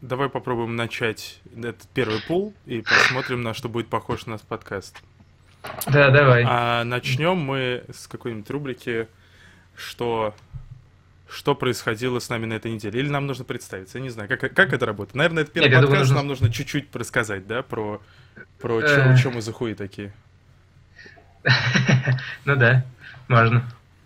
давай попробуем начать этот первый пул и посмотрим, на что будет похож наш подкаст. Да, давай. А начнем мы с какой-нибудь рубрики, что происходило с нами на этой неделе. Или нам нужно представиться, я не знаю, как это работает. Наверное, это первый Нет, я подкаст, думаю, нам нужно чуть-чуть рассказать, да, про чё мы за хуи такие. Ну да, можно.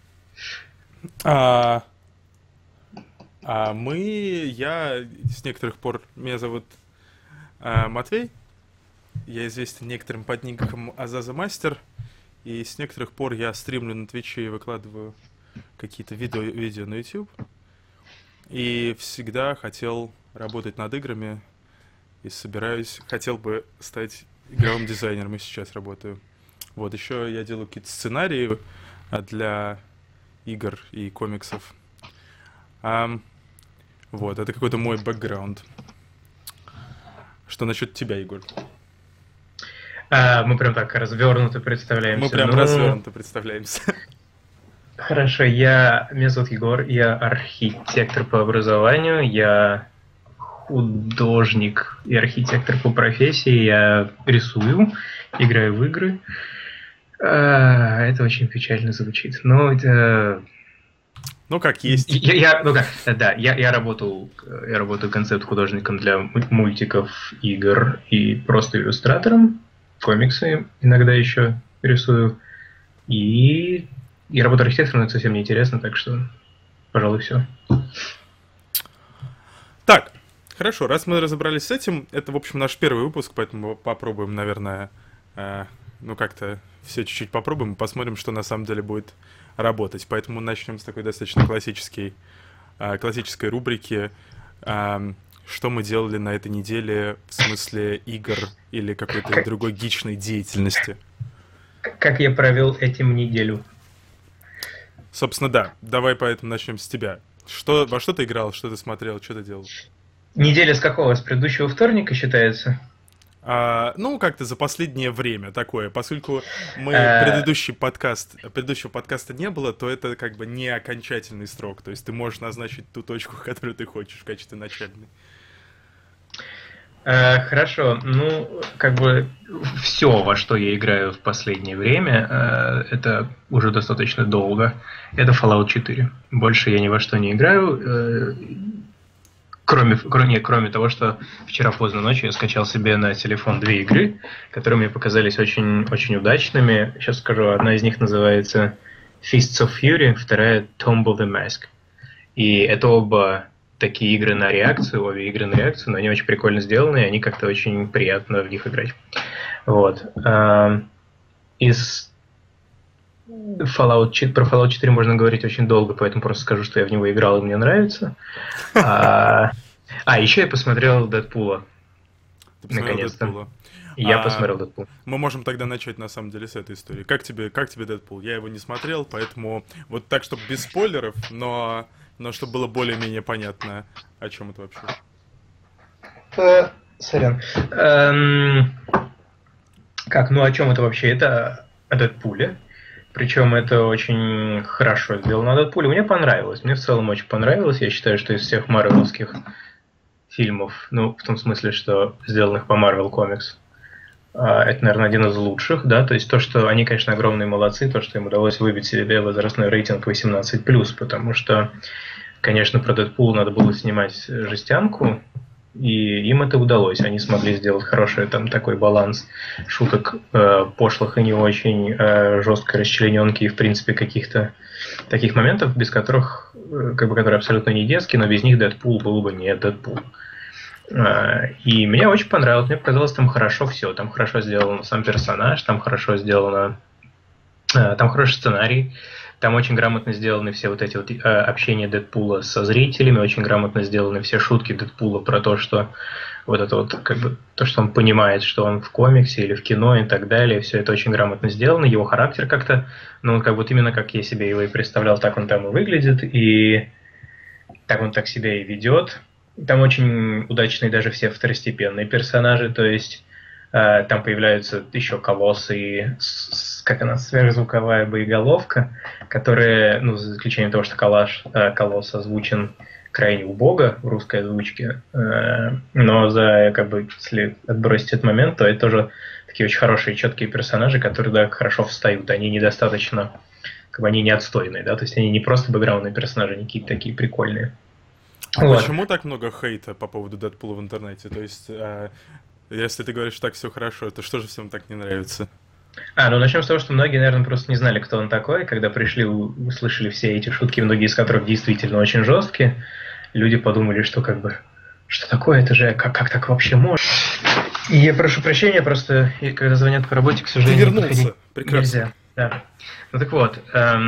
Я с некоторых пор, меня зовут Матвей, я известен некоторым под ником Азаза Мастер, и с некоторых пор я стримлю на Твиче и выкладываю какие-то видео на YouTube. И всегда хотел работать над играми, и хотел бы стать игровым дизайнером, и сейчас работаю. Вот, еще я делаю какие-то сценарии для игр и комиксов. Вот, это какой-то мой бэкграунд. Что насчет тебя, Егор? Мы прям так развернуто представляемся. Мы прям развернуто представляемся. Хорошо, меня зовут Егор, я архитектор по образованию, я художник и архитектор по профессии, я рисую, играю в игры. Это очень печально звучит, но это... Ну, как есть. Я работал концепт-художником для мультиков, игр и просто иллюстратором. Комиксы иногда еще рисую. И работа архитектором, это совсем не интересно, так что, пожалуй, все. Так, хорошо, раз мы разобрались с этим, это, в общем, наш первый выпуск, поэтому попробуем, наверное, как-то все чуть-чуть попробуем и посмотрим, что на самом деле будет работать. Поэтому начнем с такой достаточно классической рубрики. Что мы делали на этой неделе в смысле игр или какой-то другой гичной деятельности? Как я провел этим неделю? Собственно, да. Давай поэтому начнем с тебя. Во что ты играл, что ты смотрел, что ты делал? Неделя с какого? С предыдущего вторника считается? Как-то за последнее время такое. Поскольку предыдущего подкаста не было, то это как бы не окончательный срок. То есть ты можешь назначить ту точку, которую ты хочешь в качестве начальной. Хорошо. Все, во что я играю в последнее время, это уже достаточно долго. Это Fallout 4. Больше я ни во что не играю. Кроме того, что вчера поздно ночью я скачал себе на телефон 2 игры, которые мне показались очень, очень удачными. Сейчас скажу, одна из них называется Fists of Fury, вторая Tomb of the Mask. И это оба такие игры на реакцию, но они очень прикольно сделаны, и они как-то очень приятно в них играть. Вот. Про Fallout 4 можно говорить очень долго, поэтому просто скажу, что я в него играл и мне нравится. Еще я посмотрел Дэдпула. Наконец-то. Я посмотрел Дэдпул. Мы можем тогда начать, на самом деле, с этой истории. Как тебе Дэдпул? Я его не смотрел, поэтому вот так, чтобы без спойлеров, но чтобы было более-менее понятно, о чем это вообще. Сорян. О чем это вообще? Это о Дэдпуле. Причем это очень хорошо сделано на Дэдпуле. Мне понравилось. Мне в целом очень понравилось. Я считаю, что из всех марвеловских фильмов, в том смысле, что сделанных по Marvel Comics, это, наверное, один из лучших, да, то есть то, что они, конечно, огромные молодцы, то, что им удалось выбить себе возрастной рейтинг 18+, потому что, конечно, про Дэдпула надо было снимать жестянку, и им это удалось. Они смогли сделать хороший такой баланс шуток пошлых и не очень, жесткой расчлененки и, в принципе, каких-то таких моментов, без которых, которые абсолютно не детские, но без них Дэдпул был бы не Дэдпул. И мне очень понравилось. Мне показалось, там хорошо все. Там хорошо сделан сам персонаж, там хорошо сделано... Там хороший сценарий. Там очень грамотно сделаны все вот эти вот общения Дэдпула со зрителями, очень грамотно сделаны все шутки Дэдпула про то, что вот это вот то, что он понимает, что он в комиксе или в кино и так далее, все это очень грамотно сделано. Его характер как-то, именно как я себе его и представлял, так он там и выглядит, и так он так себя и ведет. Там очень удачные даже все второстепенные персонажи, то есть там появляются еще колоссы, сверхзвуковая боеголовка, которая, за исключением того, что колосс озвучен крайне убого в русской озвучке. Но как бы, если отбросить этот момент, то это тоже такие очень хорошие, четкие персонажи, которые, да, хорошо встают. Они недостаточно, как бы они не отстойные, да, то есть они не просто бэкграундные персонажи, они какие-то такие прикольные. А Вот. почему так много хейта по поводу Дэдпула в интернете? То есть, если ты говоришь, что так все хорошо, то что же всем так не нравится? Ну начнем с того, что многие, наверное, просто не знали, кто он такой. Когда пришли, услышали все эти шутки, многие из которых действительно очень жесткие, люди подумали, что как бы, что такое, это же, как так вообще можно? И я прошу прощения, просто когда звонят по работе, к сожалению, Ты вернулся, прекрасно. Нельзя. Да. Ну так вот,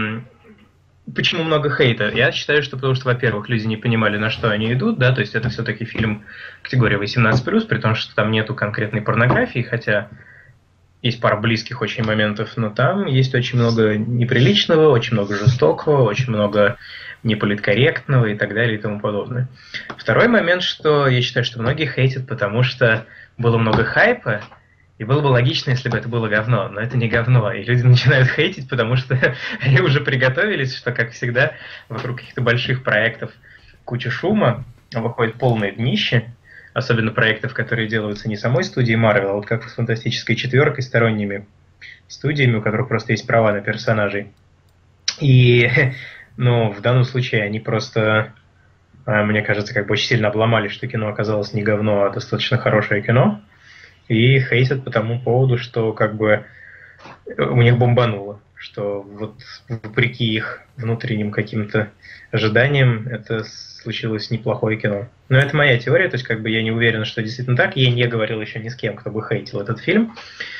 почему много хейта? Я считаю, что потому что, во-первых, люди не понимали, на что они идут, да, то есть это все-таки фильм категории 18+, при том, что там нету конкретной порнографии, хотя есть пара близких очень моментов, но там есть очень много неприличного, очень много жестокого, очень много неполиткорректного и так далее и тому подобное. Второй момент, что я считаю, что многие хейтят, потому что было много хайпа, и было бы логично, если бы это было говно, но это не говно, и люди начинают хейтить, потому что они уже приготовились, что, как всегда, вокруг каких-то больших проектов куча шума, выходит полное днище, особенно проектов, которые делаются не самой студией Marvel, а вот как с «Фантастической четверкой», сторонними студиями, у которых просто есть права на персонажей. И, ну, в данном случае они просто, мне кажется, как бы очень сильно обломали, что кино оказалось не говно, а достаточно хорошее кино. И хейтят по тому поводу, что как бы у них бомбануло, что вот вопреки их внутренним каким-то ожиданиям это случилось неплохое кино. Но это моя теория, то есть как бы я не уверен, что действительно так. Я не говорил еще ни с кем, кто бы хейтил этот фильм,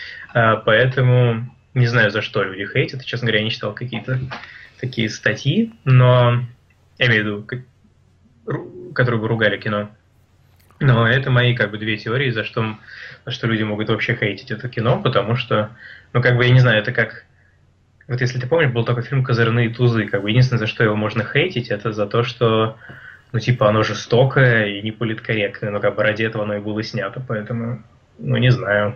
поэтому не знаю, за что люди хейтят. Честно говоря, я не читал какие-то такие статьи, но я имею в виду, которые бы ругали кино. Но это мои как бы две теории, за что люди могут вообще хейтить это кино, потому что, ну как бы я не знаю, это как... Вот если ты помнишь, был такой фильм «Козырные тузы», как бы единственное, за что его можно хейтить, это за то, что, ну типа, оно жестокое и не политкорректное, но как бы ради этого оно и было снято, поэтому, ну не знаю.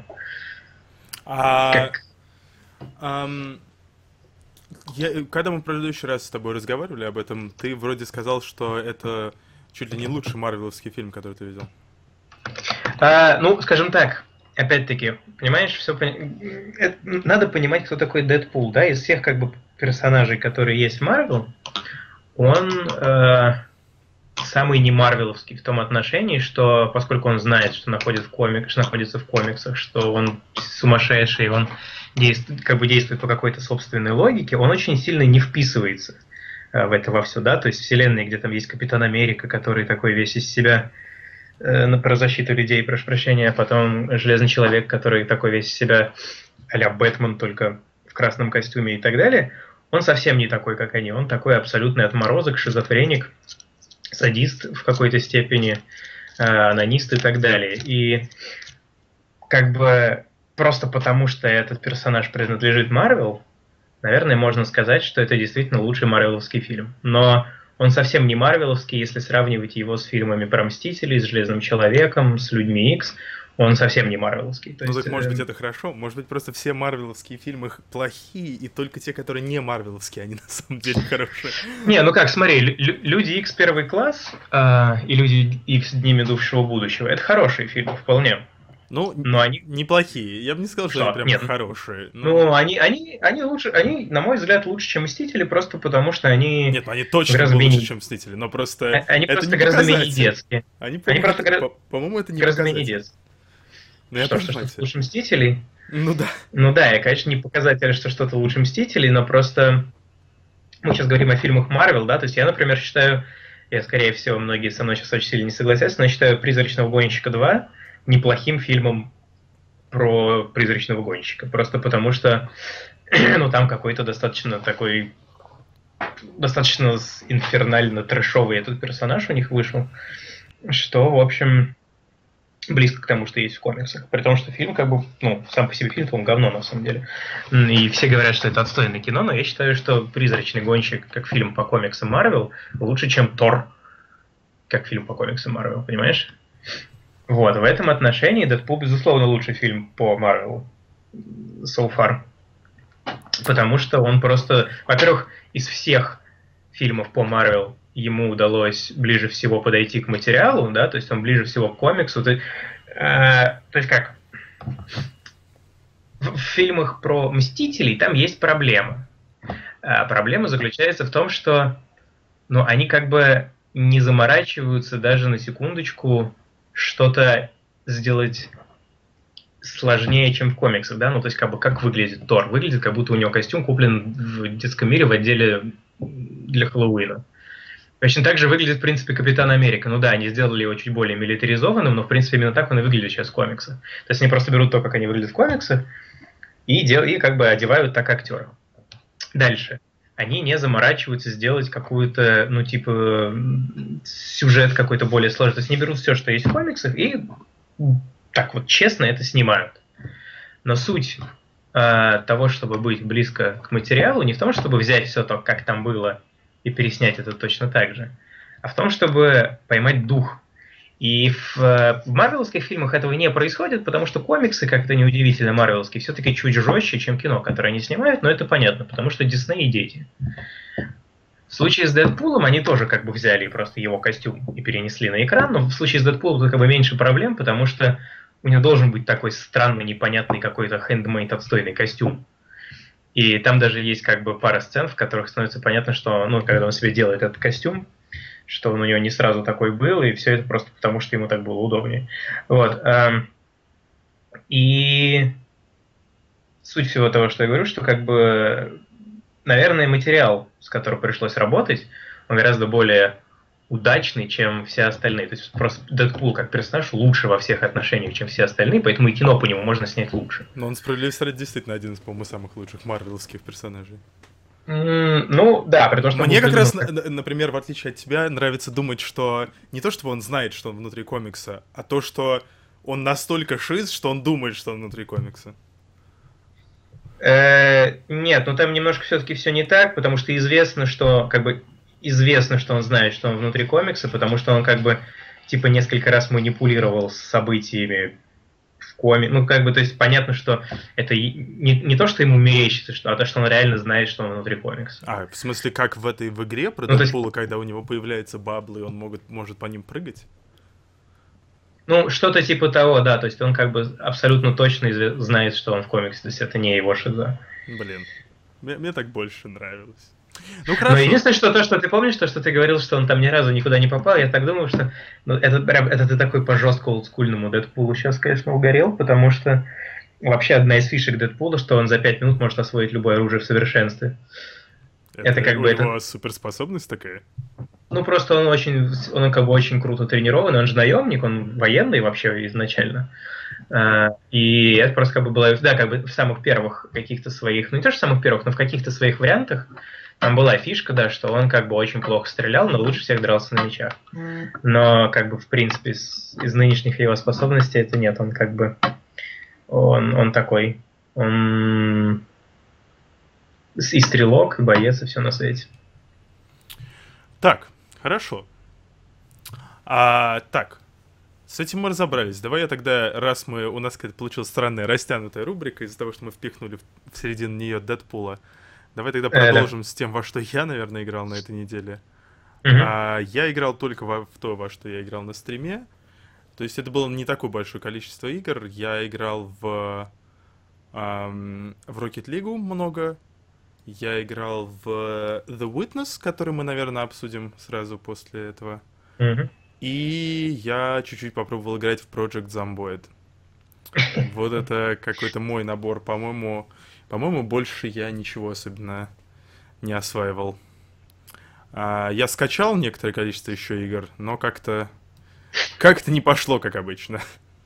Когда мы в предыдущий раз с тобой разговаривали об этом, ты вроде сказал, что это чуть ли не лучший марвеловский фильм, который ты видел. Ну, скажем так, опять-таки, понимаешь, надо понимать, кто такой Дэдпул, да, из всех как бы персонажей, которые есть в Марвел, он самый не марвеловский в том отношении, что поскольку он знает, что находится в комиксах, что он сумасшедший, он действует по какой-то собственной логике, он очень сильно не вписывается в это во все, да, то есть вселенной, где там есть Капитан Америка, который такой весь из себя про защиту людей, прошу прощения, а потом Железный Человек, который такой весь из себя а-ля Бэтмен, только в красном костюме и так далее, он совсем не такой, как они, он такой абсолютный отморозок, шизофреник, садист в какой-то степени, анонист и так далее. И как бы просто потому, что этот персонаж принадлежит Марвел, наверное, можно сказать, что это действительно лучший марвеловский фильм. Но он совсем не марвеловский, если сравнивать его с фильмами про Мстителей, с Железным Человеком, с Людьми Икс. Он совсем не марвеловский. Ну так может быть это хорошо, может быть просто все марвеловские фильмы плохие, и только те, которые не марвеловские, они на самом деле хорошие. Не, ну как, смотри, Люди Икс первый класс и Люди Икс Дни минувшего будущего, это хорошие фильмы, вполне. Ну, но они неплохие. Я бы не сказал, что они прям хорошие. Ну, они лучше, они, на мой взгляд, лучше, чем Мстители, просто потому что они... Нет, они точно лучше, чем Мстители, но просто... Они просто гораздо менее детские. Они просто, по-моему, это не гораздо менее детские. Ну, я что лучше Мстителей? Ну да. Ну да, я, конечно, не показатель, что что-то лучше Мстителей, но просто... Мы сейчас говорим о фильмах Марвел, да, то есть я, например, считаю, скорее всего, многие со мной сейчас очень сильно не согласятся, но я считаю «Призрачного гонщика 2» неплохим фильмом про призрачного гонщика. Просто потому что ну, там какой-то достаточно инфернально трэшовый этот персонаж у них вышел, что, в общем, близко к тому, что есть в комиксах. При том, что фильм как бы, ну, сам по себе фильм, он говно на самом деле. И все говорят, что это отстойное кино, но я считаю, что «Призрачный гонщик» как фильм по комиксам Марвел лучше, чем «Тор» как фильм по комиксам Марвел, понимаешь? Вот, в этом отношении «Дэдпул», безусловно, лучший фильм по Марвелу so far. Потому что он просто... Во-первых, из всех фильмов по Марвел ему удалось ближе всего подойти к материалу, да, то есть он ближе всего к комиксу. То есть как? В фильмах про Мстителей там есть проблема. Проблема заключается в том, что они как бы не заморачиваются даже на секундочку что-то сделать сложнее, чем в комиксах, да, то есть как выглядит Тор? Выглядит, как будто у него костюм куплен в детском мире в отделе для Хэллоуина. Точно так же выглядит, в принципе, Капитан Америка. Ну да, они сделали его чуть более милитаризованным, но, в принципе, именно так он и выглядит сейчас в комиксах. То есть они просто берут то, как они выглядят в комиксах, и как бы одевают так актера. Дальше. Они не заморачиваются сделать какую-то, сюжет какой-то более сложный. То есть они берут все, что есть в комиксах, и так вот честно это снимают. Но суть того, чтобы быть близко к материалу, не в том, чтобы взять все то, как там было, и переснять это точно так же, а в том, чтобы поймать дух. И в марвеловских фильмах этого не происходит, потому что комиксы, как это неудивительно, марвеловские, все-таки чуть жестче, чем кино, которое они снимают, но это понятно, потому что Дисней и дети. В случае с Дэдпулом они тоже как бы взяли просто его костюм и перенесли на экран, но в случае с Дэдпулом тут как бы меньше проблем, потому что у него должен быть такой странный, непонятный какой-то хендмейд отстойный костюм. И там даже есть как бы пара сцен, в которых становится понятно, что, когда он себе делает этот костюм, что он у него не сразу такой был, и все это просто потому, что ему так было удобнее. Вот. И суть всего того, что я говорю, что как бы, наверное, материал, с которым пришлось работать, он гораздо более удачный, чем все остальные. То есть просто Дэдпул как персонаж лучше во всех отношениях, чем все остальные, поэтому и кино по нему можно снять лучше. Но он, справедливости ради, действительно один из, по-моему, самых лучших марвеловских персонажей. Да, при том, что... Мне как раз, например, в отличие от тебя, нравится думать, что не то, чтобы он знает, что он внутри комикса, а то, что он настолько шиз, что он думает, что он внутри комикса. Нет, там немножко все-таки все не так, потому что известно, что он знает, что он внутри комикса, потому что он несколько раз манипулировал с событиями в то есть понятно, что это не то, что ему мерещится, а то, что он реально знает, что он внутри комикса. В смысле, как в игре про Дэдпула, когда у него появляются баблы, и он может по ним прыгать? Что-то типа того, да, то есть он абсолютно точно знает, что он в комиксе, то есть это не его шиза. Блин, мне так больше нравилось. Но единственное, что ты помнишь, что ты говорил, что он там ни разу никуда не попал, я так думаю, что это ты такой по жестко олдскульному Дэдпулу сейчас, конечно, угорел, потому что вообще одна из фишек Дэдпула, что он за 5 минут может освоить любое оружие в совершенстве. Это у него суперспособность такая? Просто он очень круто тренирован, он же наемник, он военный вообще изначально. И это просто была, в самых первых каких-то своих, не то что в самых первых, но в каких-то своих вариантах там была фишка, да, что он очень плохо стрелял, но лучше всех дрался на мечах. Но в принципе из нынешних его способностей это нет, он такой, он и стрелок, и боец, и все на свете. Так, хорошо. Так, с этим мы разобрались. Давай я тогда, раз у нас получилась странная растянутая рубрика из-за того, что мы впихнули в середину нее Дэдпула, давай тогда продолжим с тем, во что я, наверное, играл на этой неделе. Я играл только в то, во что я играл на стриме. То есть это было не такое большое количество игр. Я играл в Rocket League много. Я играл в The Witness, который мы, наверное, обсудим сразу после этого. И я чуть-чуть попробовал играть в Project Zomboid. Вот это какой-то мой набор. По-моему, больше я ничего особенно не осваивал. Я скачал некоторое количество еще игр, но как-то не пошло, как обычно.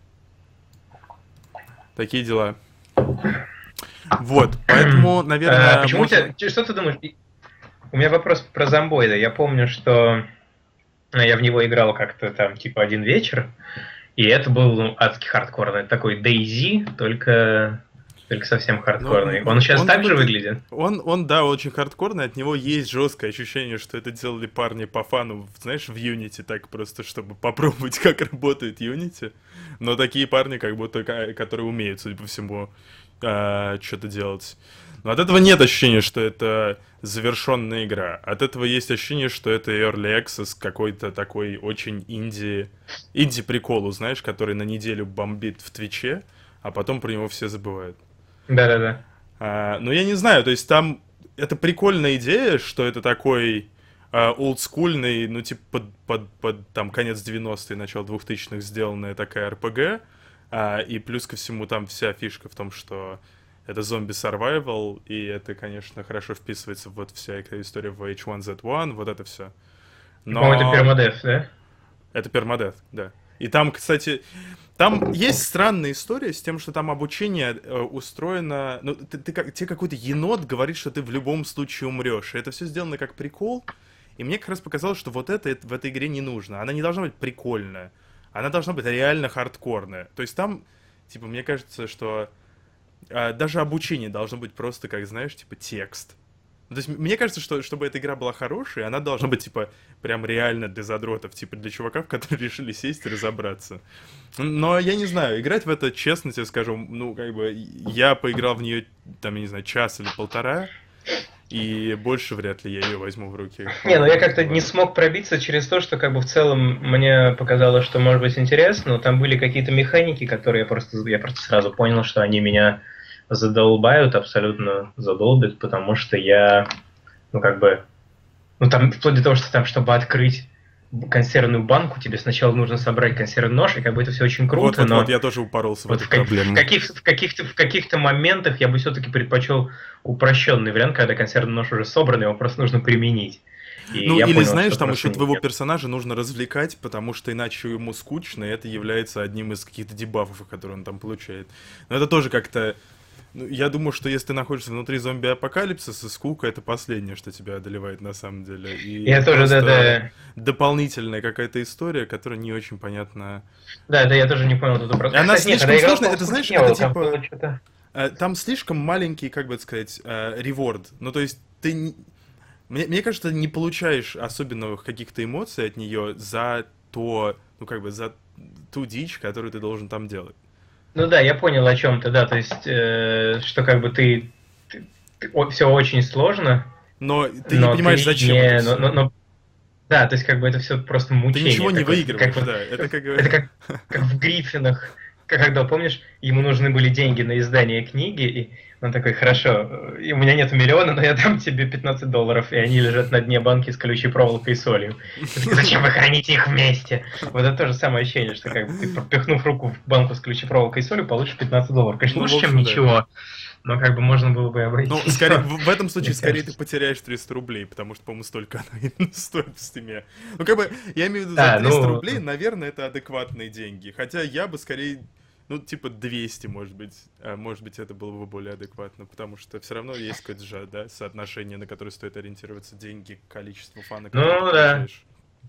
Такие дела. Вот, поэтому, наверное... Что ты думаешь? У меня вопрос про Зомбоида. Я помню, что я в него играл как-то там один вечер, и это был адский хардкорный. Такой DayZ, только совсем хардкорный. Он сейчас так же выглядит? Он, да, очень хардкорный, от него есть жесткое ощущение, что это делали парни по фану, знаешь, в Unity, так просто, чтобы попробовать, как работает Unity. Но такие парни, как будто, которые умеют, судя по всему, что-то делать. Но от этого нет ощущения, что это завершенная игра. От этого есть ощущение, что это Early Access какой-то такой очень инди-приколу, знаешь, который на неделю бомбит в Твиче, а потом про него все забывают. Да-да-да. Ну, я не знаю, то есть там это прикольная идея, что это такой олдскульный, ну, типа, под там, конец 90-х, начало 2000-х сделанная такая RPG, и плюс ко всему там вся фишка в том, что это зомби-survival, и это, конечно, хорошо вписывается в вот вся эта история в H1Z1, вот это все. Но... По-моему, это пермадеф, да? Это пермадеф, да. И там, кстати, там есть странная история с тем, что там обучение устроено... Ну, тебе какой-то енот говорит, что ты в любом случае умрешь. И это все сделано как прикол. И мне как раз показалось, что вот это в этой игре не нужно. Она не должна быть прикольная. Она должна быть реально хардкорная. То есть там, типа, мне кажется, что даже обучение должно быть просто, как, знаешь, типа, текст. То есть мне кажется, что чтобы эта игра была хорошей, она должна быть, типа, прям реально для задротов, типа, для чуваков, которые решили сесть и разобраться. Но я не знаю, играть в это, честно тебе скажу, ну, как бы, я поиграл в нее, там, я не знаю, час или полтора, и больше вряд ли я ее возьму в руки. Не, ну я как-то не смог пробиться через то, что как бы в целом мне показалось, что может быть интересно, но там были какие-то механики, которые я просто сразу понял, что они меня задолбают, абсолютно задолбят, потому что я, ну как бы, ну там вплоть до того, что там, чтобы открыть консервную банку, тебе сначала нужно собрать консервный нож, и как бы это все очень круто, но... Вот, я тоже упоролся вот в эту проблему. В каких-то моментах я бы все-таки предпочел упрощенный вариант, когда консервный нож уже собран, его просто нужно применить. И ну, или понял, знаешь, там еще нет. твоего персонажа нужно развлекать, потому что иначе ему скучно, и это является одним из каких-то дебафов, которые он там получает. Но это тоже как-то... Ну, я думаю, что если ты находишься внутри зомби-апокалипсиса, скука — это последнее, что тебя одолевает на самом деле. И я тоже, да. Дополнительная какая-то история, которая не очень понятна. Да, я тоже не понял этот вопрос. Она Кстати, слишком сложная, это, знаешь, это типа... Там слишком маленький, как бы это сказать, реворд. Ну, то есть, ты... Мне кажется, ты не получаешь особенных каких-то эмоций от нее за то, ну, как бы, за ту дичь, которую ты должен там делать. Ну да, я понял о чем-то, да, то есть, что как бы все очень сложно, но ты не понимаешь, зачем это все. Да, то есть как бы это все просто мучение. Ты ничего не выигрываешь, да. Это как в Гриффинах, когда, помнишь, ему нужны были деньги на издание книги, и он такой, хорошо, у меня нет миллиона, но я дам тебе $15, и они лежат на дне банки с колючей проволокой и солью. Зачем вы храните их вместе? Вот это то же самое ощущение, что как бы ты, пропихнув руку в банку с колючей проволокой и солью, получишь $15. Конечно, лучше, чем ничего. Но как бы можно было бы обойти. Ну, скорее, в этом случае, скорее ты потеряешь 300 рублей, потому что, по-моему, столько она именно стоит в стиме. Ну, как бы, я имею в виду, за 300 рублей, наверное, это адекватные деньги. Хотя я бы скорее, ну, типа 200, может быть. Может быть, это было бы более адекватно, потому что все равно есть какое-то же, да, соотношение, на которое стоит ориентироваться деньги к количеству фана, которые ты получаешь.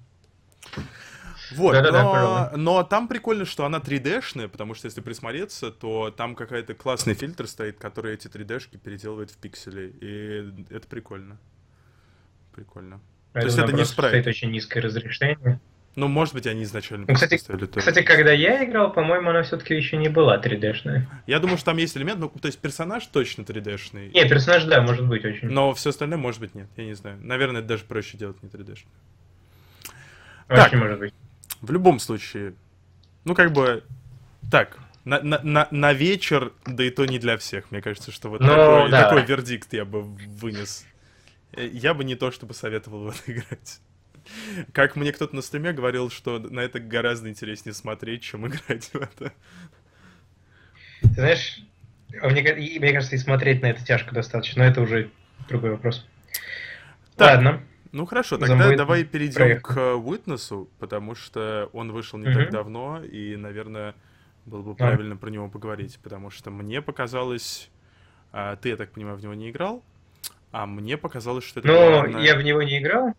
Вот, но там прикольно, что она 3D-шная, потому что если присмотреться, то там какой-то классный фильтр стоит, который эти 3D-шки переделывает в пиксели, и это прикольно. Прикольно. То есть это не спрайт. Стоит очень низкое разрешение. Ну, может быть, они изначально поставили тоже. Кстати, когда я играл, по-моему, она все-таки еще не была 3D-шная. Я думаю, что там есть элемент, ну, то есть персонаж точно 3D-шный. Не, персонаж, да, может быть, очень. Но все остальное, может быть, нет, я не знаю. Наверное, это даже проще делать не 3D-шный. Очень может быть. В любом случае, ну, как бы, так, на вечер, да и то не для всех. Мне кажется, что вот такой вердикт я бы вынес. Я бы не то, чтобы советовал в это играть. Как мне кто-то на стриме говорил, что на это гораздо интереснее смотреть, чем играть в это. Ты знаешь, мне кажется, и смотреть на это тяжко достаточно, но это уже другой вопрос. Так. Ладно. Ну хорошо, тогда давай перейдем к Witness, потому что он вышел не так давно, и, наверное, было бы правильно про него поговорить, потому что мне показалось... ты, я так понимаю, в него не играл, а мне показалось, что это... Ну, я в него не играл.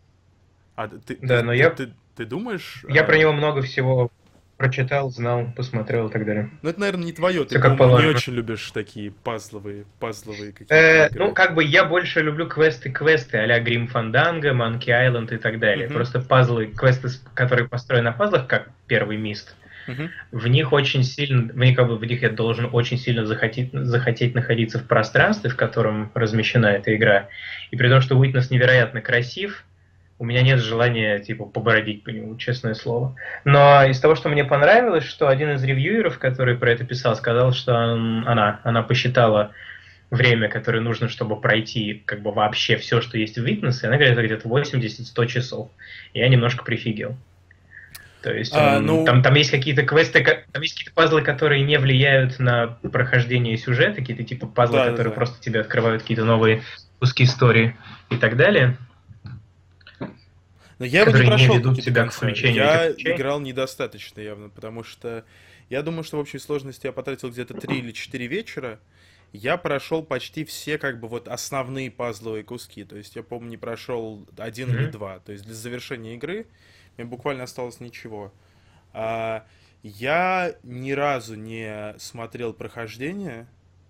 Ты думаешь... Я про него много всего прочитал, знал, посмотрел и так далее. Ну, это, наверное, не твое. Ты, по-моему, не очень любишь такие пазловые какие-то игры. Ну, как бы я больше люблю квесты а-ля Grim Fandango, Monkey Island и так далее. Просто пазлы, квесты, которые построены на пазлах, как первый Мист, Мгм. В них как бы в них я должен очень сильно захотеть находиться в пространстве, в котором размещена эта игра. И при том, что Witness невероятно красив, у меня нет желания, типа, побродить по нему, честное слово. Но из того, что мне понравилось, что один из ревьюеров, который про это писал, сказал, что она посчитала время, которое нужно, чтобы пройти как бы вообще все, что есть в Witness, и она говорит, это где-то 80-100 часов. Я немножко прифигел. То есть Ну, там есть какие-то квесты, там есть какие-то пазлы, которые не влияют на прохождение сюжета, какие-то типа пазлы, которые да-да-да. просто тебе открывают какие-то новые куски истории и так далее, Но я его не которые не прошел ведут таки до тебя к конца. включению этих Я ключей. играл недостаточно явно, потому что я думаю, что в общей сложности я потратил где-то 3 или 4 вечера. Я прошел почти все как бы вот основные пазловые куски. То есть я, помню, не прошел один или Мгм. два. То есть для завершения игры мне буквально осталось ничего. А, я ни разу не смотрел прохождение,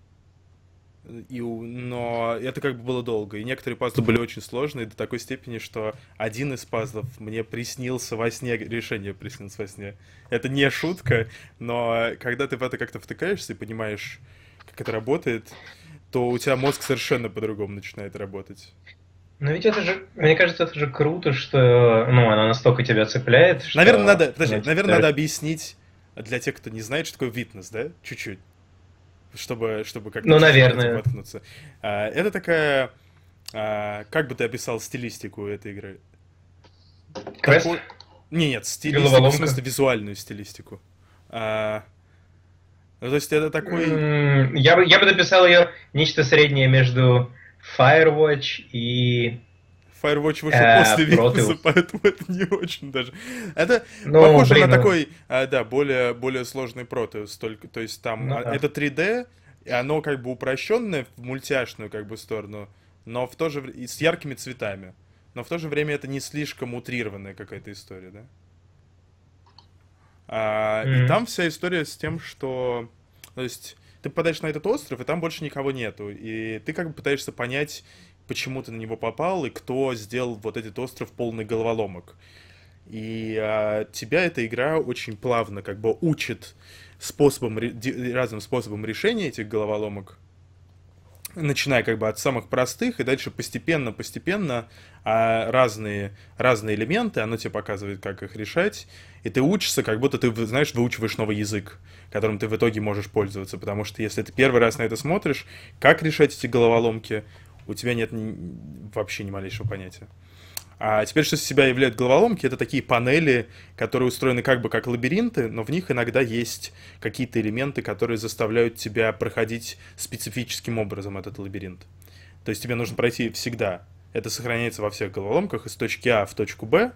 но это как бы было долго. И некоторые пазлы были очень сложные до такой степени, что один из пазлов мне приснился во сне, решение приснилось во сне. Это не шутка, но когда ты в это как-то втыкаешься и понимаешь, как это работает, то у тебя мозг совершенно по-другому начинает работать. Но ведь это же, мне кажется, это же круто, что, ну, она настолько тебя цепляет, Наверное, что надо, подожди, она тебе наверное, надо дает. объяснить для тех, кто не знает, что такое витнес, да? Чуть-чуть. Чтобы как-то Ну, чуть-чуть в это наверное. воткнуться. Это такая... как бы ты описал стилистику этой игры? Квест, Такой... Не, нет, стилистику, в головоломка. смысле визуальную стилистику. А, ну, то есть это такой... Я бы написал ее нечто среднее между Firewatch и Firewatch вышел после Витнеса, Proteus. поэтому это не очень даже. Это Ну, похоже на блин, такой, да, более сложный Proteus, только, то есть там ну да. это 3D, и оно как бы упрощенное в мультяшную как бы сторону, но в то же время с яркими цветами. Но в то же время это не слишком утрированная какая-то история, да? И Мгм. там вся история с тем, что... То есть ты попадаешь на этот остров, и там больше никого нету. И ты как бы пытаешься понять, почему ты на него попал, и кто сделал вот этот остров полный головоломок. И тебя эта игра очень плавно как бы учит разным способом решения этих головоломок, начиная как бы от самых простых, и дальше постепенно разные элементы, оно тебе показывает, как их решать, и ты учишься, как будто ты, знаешь, выучиваешь новый язык, которым ты в итоге можешь пользоваться, потому что если ты первый раз на это смотришь, как решать эти головоломки, у тебя нет вообще ни малейшего понятия. А теперь, что из себя являют головоломки, это такие панели, которые устроены как бы как лабиринты, но в них иногда есть какие-то элементы, которые заставляют тебя проходить специфическим образом этот лабиринт. То есть тебе нужно пройти всегда. Это сохраняется во всех головоломках из точки А в точку Б,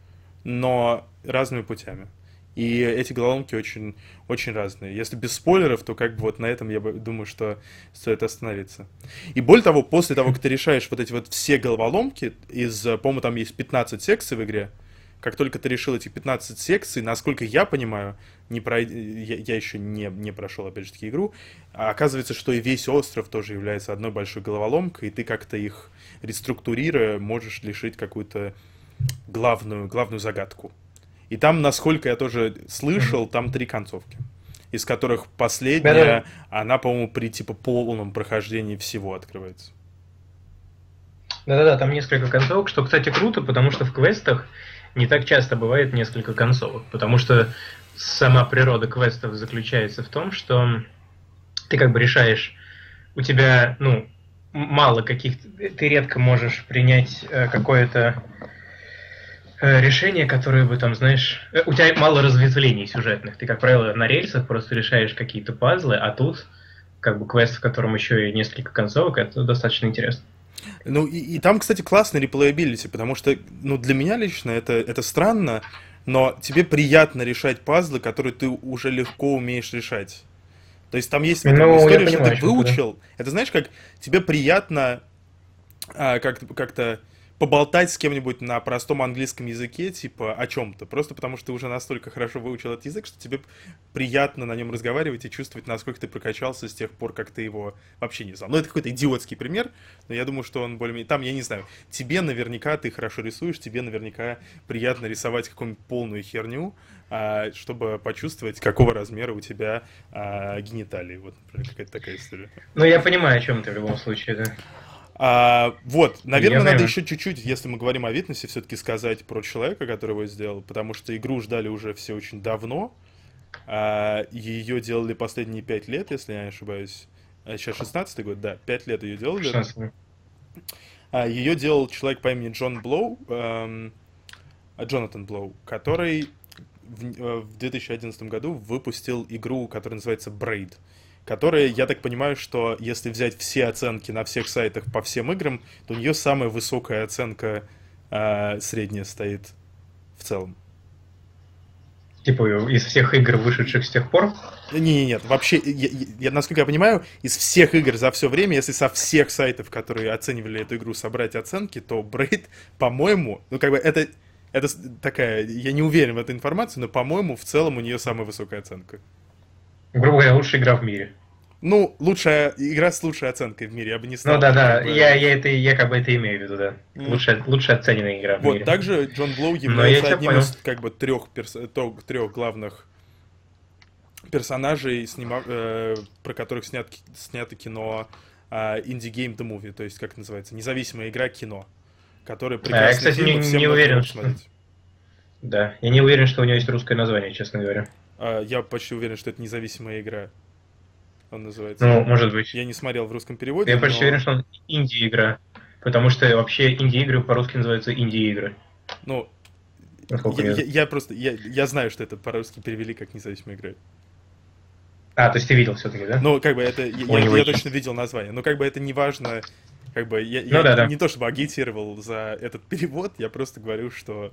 но разными путями. И эти головоломки очень, очень разные. Если без спойлеров, то как бы вот на этом я думаю, что стоит остановиться. И более того, после того, как ты решаешь вот эти вот все головоломки, по-моему, там есть 15 секций в игре, как только ты решил эти 15 секций, насколько я понимаю, я еще не прошел, опять же таки, игру, а оказывается, что и весь остров тоже является одной большой головоломкой, и ты как-то их реструктурируя, можешь решить какую-то главную загадку. И там, насколько я тоже Мгм. слышал, там 3 концовки. Из которых Да-да. последняя, она, по-моему, при типа полном прохождении всего открывается. Да-да-да, там несколько концовок, что, кстати, круто, потому что в квестах не так часто бывает несколько концовок, потому что сама природа квестов заключается в том, что ты как бы решаешь, у тебя, ну, мало каких-то, ты редко можешь принять какое-то решение, которое бы там, знаешь, у тебя мало разветвлений сюжетных, ты, как правило, на рельсах просто решаешь какие-то пазлы, а тут как бы квест, в котором еще и несколько концовок, это достаточно интересно. Ну, и там, кстати, классный реплеябилити, потому что, ну, для меня лично это странно, но тебе приятно решать пазлы, которые ты уже легко умеешь решать. То есть там есть в этом Ну, я история, что ты понимаю, о чем ты, да. выучил. Это знаешь, как тебе приятно как-то поболтать с кем-нибудь на простом английском языке, типа о чем-то, просто потому что ты уже настолько хорошо выучил этот язык, что тебе приятно на нем разговаривать и чувствовать, насколько ты прокачался с тех пор, как ты его вообще не знал. Ну, это какой-то идиотский пример, но я думаю, что он более-менее... Там, я не знаю, тебе наверняка, ты хорошо рисуешь, тебе наверняка приятно рисовать какую-нибудь полную херню, чтобы почувствовать, какого размера у тебя гениталии. Вот, например, какая-то такая история. Ну, я понимаю, о чем ты в любом случае, да. Вот, наверное, Я надо понимаю. еще чуть-чуть, если мы говорим о Витнесе, все-таки сказать про человека, который его сделал, потому что игру ждали уже все очень давно. Ее делали последние 5 лет, если я не ошибаюсь. Сейчас 16-й год, да, 5 лет ее делали. 16. Ее делал человек по имени Джон Блоу, Джонатан Блоу, который в 2011 году выпустил игру, которая называется Braid, которая, я так понимаю, что если взять все оценки на всех сайтах по всем играм, то у нее самая высокая оценка средняя стоит в целом. Типа из всех игр, вышедших с тех пор? Нет, вообще, насколько я понимаю, из всех игр за все время, если со всех сайтов, которые оценивали эту игру, собрать оценки, то Braid, по-моему, ну как бы это такая, я не уверен в этой информации, но, по-моему, в целом у нее самая высокая оценка. Грубо говоря, лучшая игра в мире. Ну, лучшая игра с лучшей оценкой в мире, я бы не стал. Ну да, как бы... я как бы это имею в виду, да. Лучшая оцененная игра в мире. Вот, также Джон Блоу является одним понял. из как бы трех главных персонажей, про которых снято кино Indie Game The Movie, то есть, как это называется, независимая игра кино, которая прекрасный Я, кстати, фильм, и всем не надо уверен, его что... посмотреть. Да, я не уверен, что у него есть русское название, честно говоря. Я почти уверен, что это независимая игра. Он называется. Ну, может быть. Я не смотрел в русском переводе, Я почти уверен, что он инди-игра. Потому что вообще инди-игры по-русски называются инди-игры. Ну, Насколько я знаю, что это по-русски перевели как независимая игра. То есть ты видел все-таки, да? Ну, как бы это... Я точно видел название. Но как бы это не важно... Как бы я не то чтобы агитировал за этот перевод, я просто говорю, что...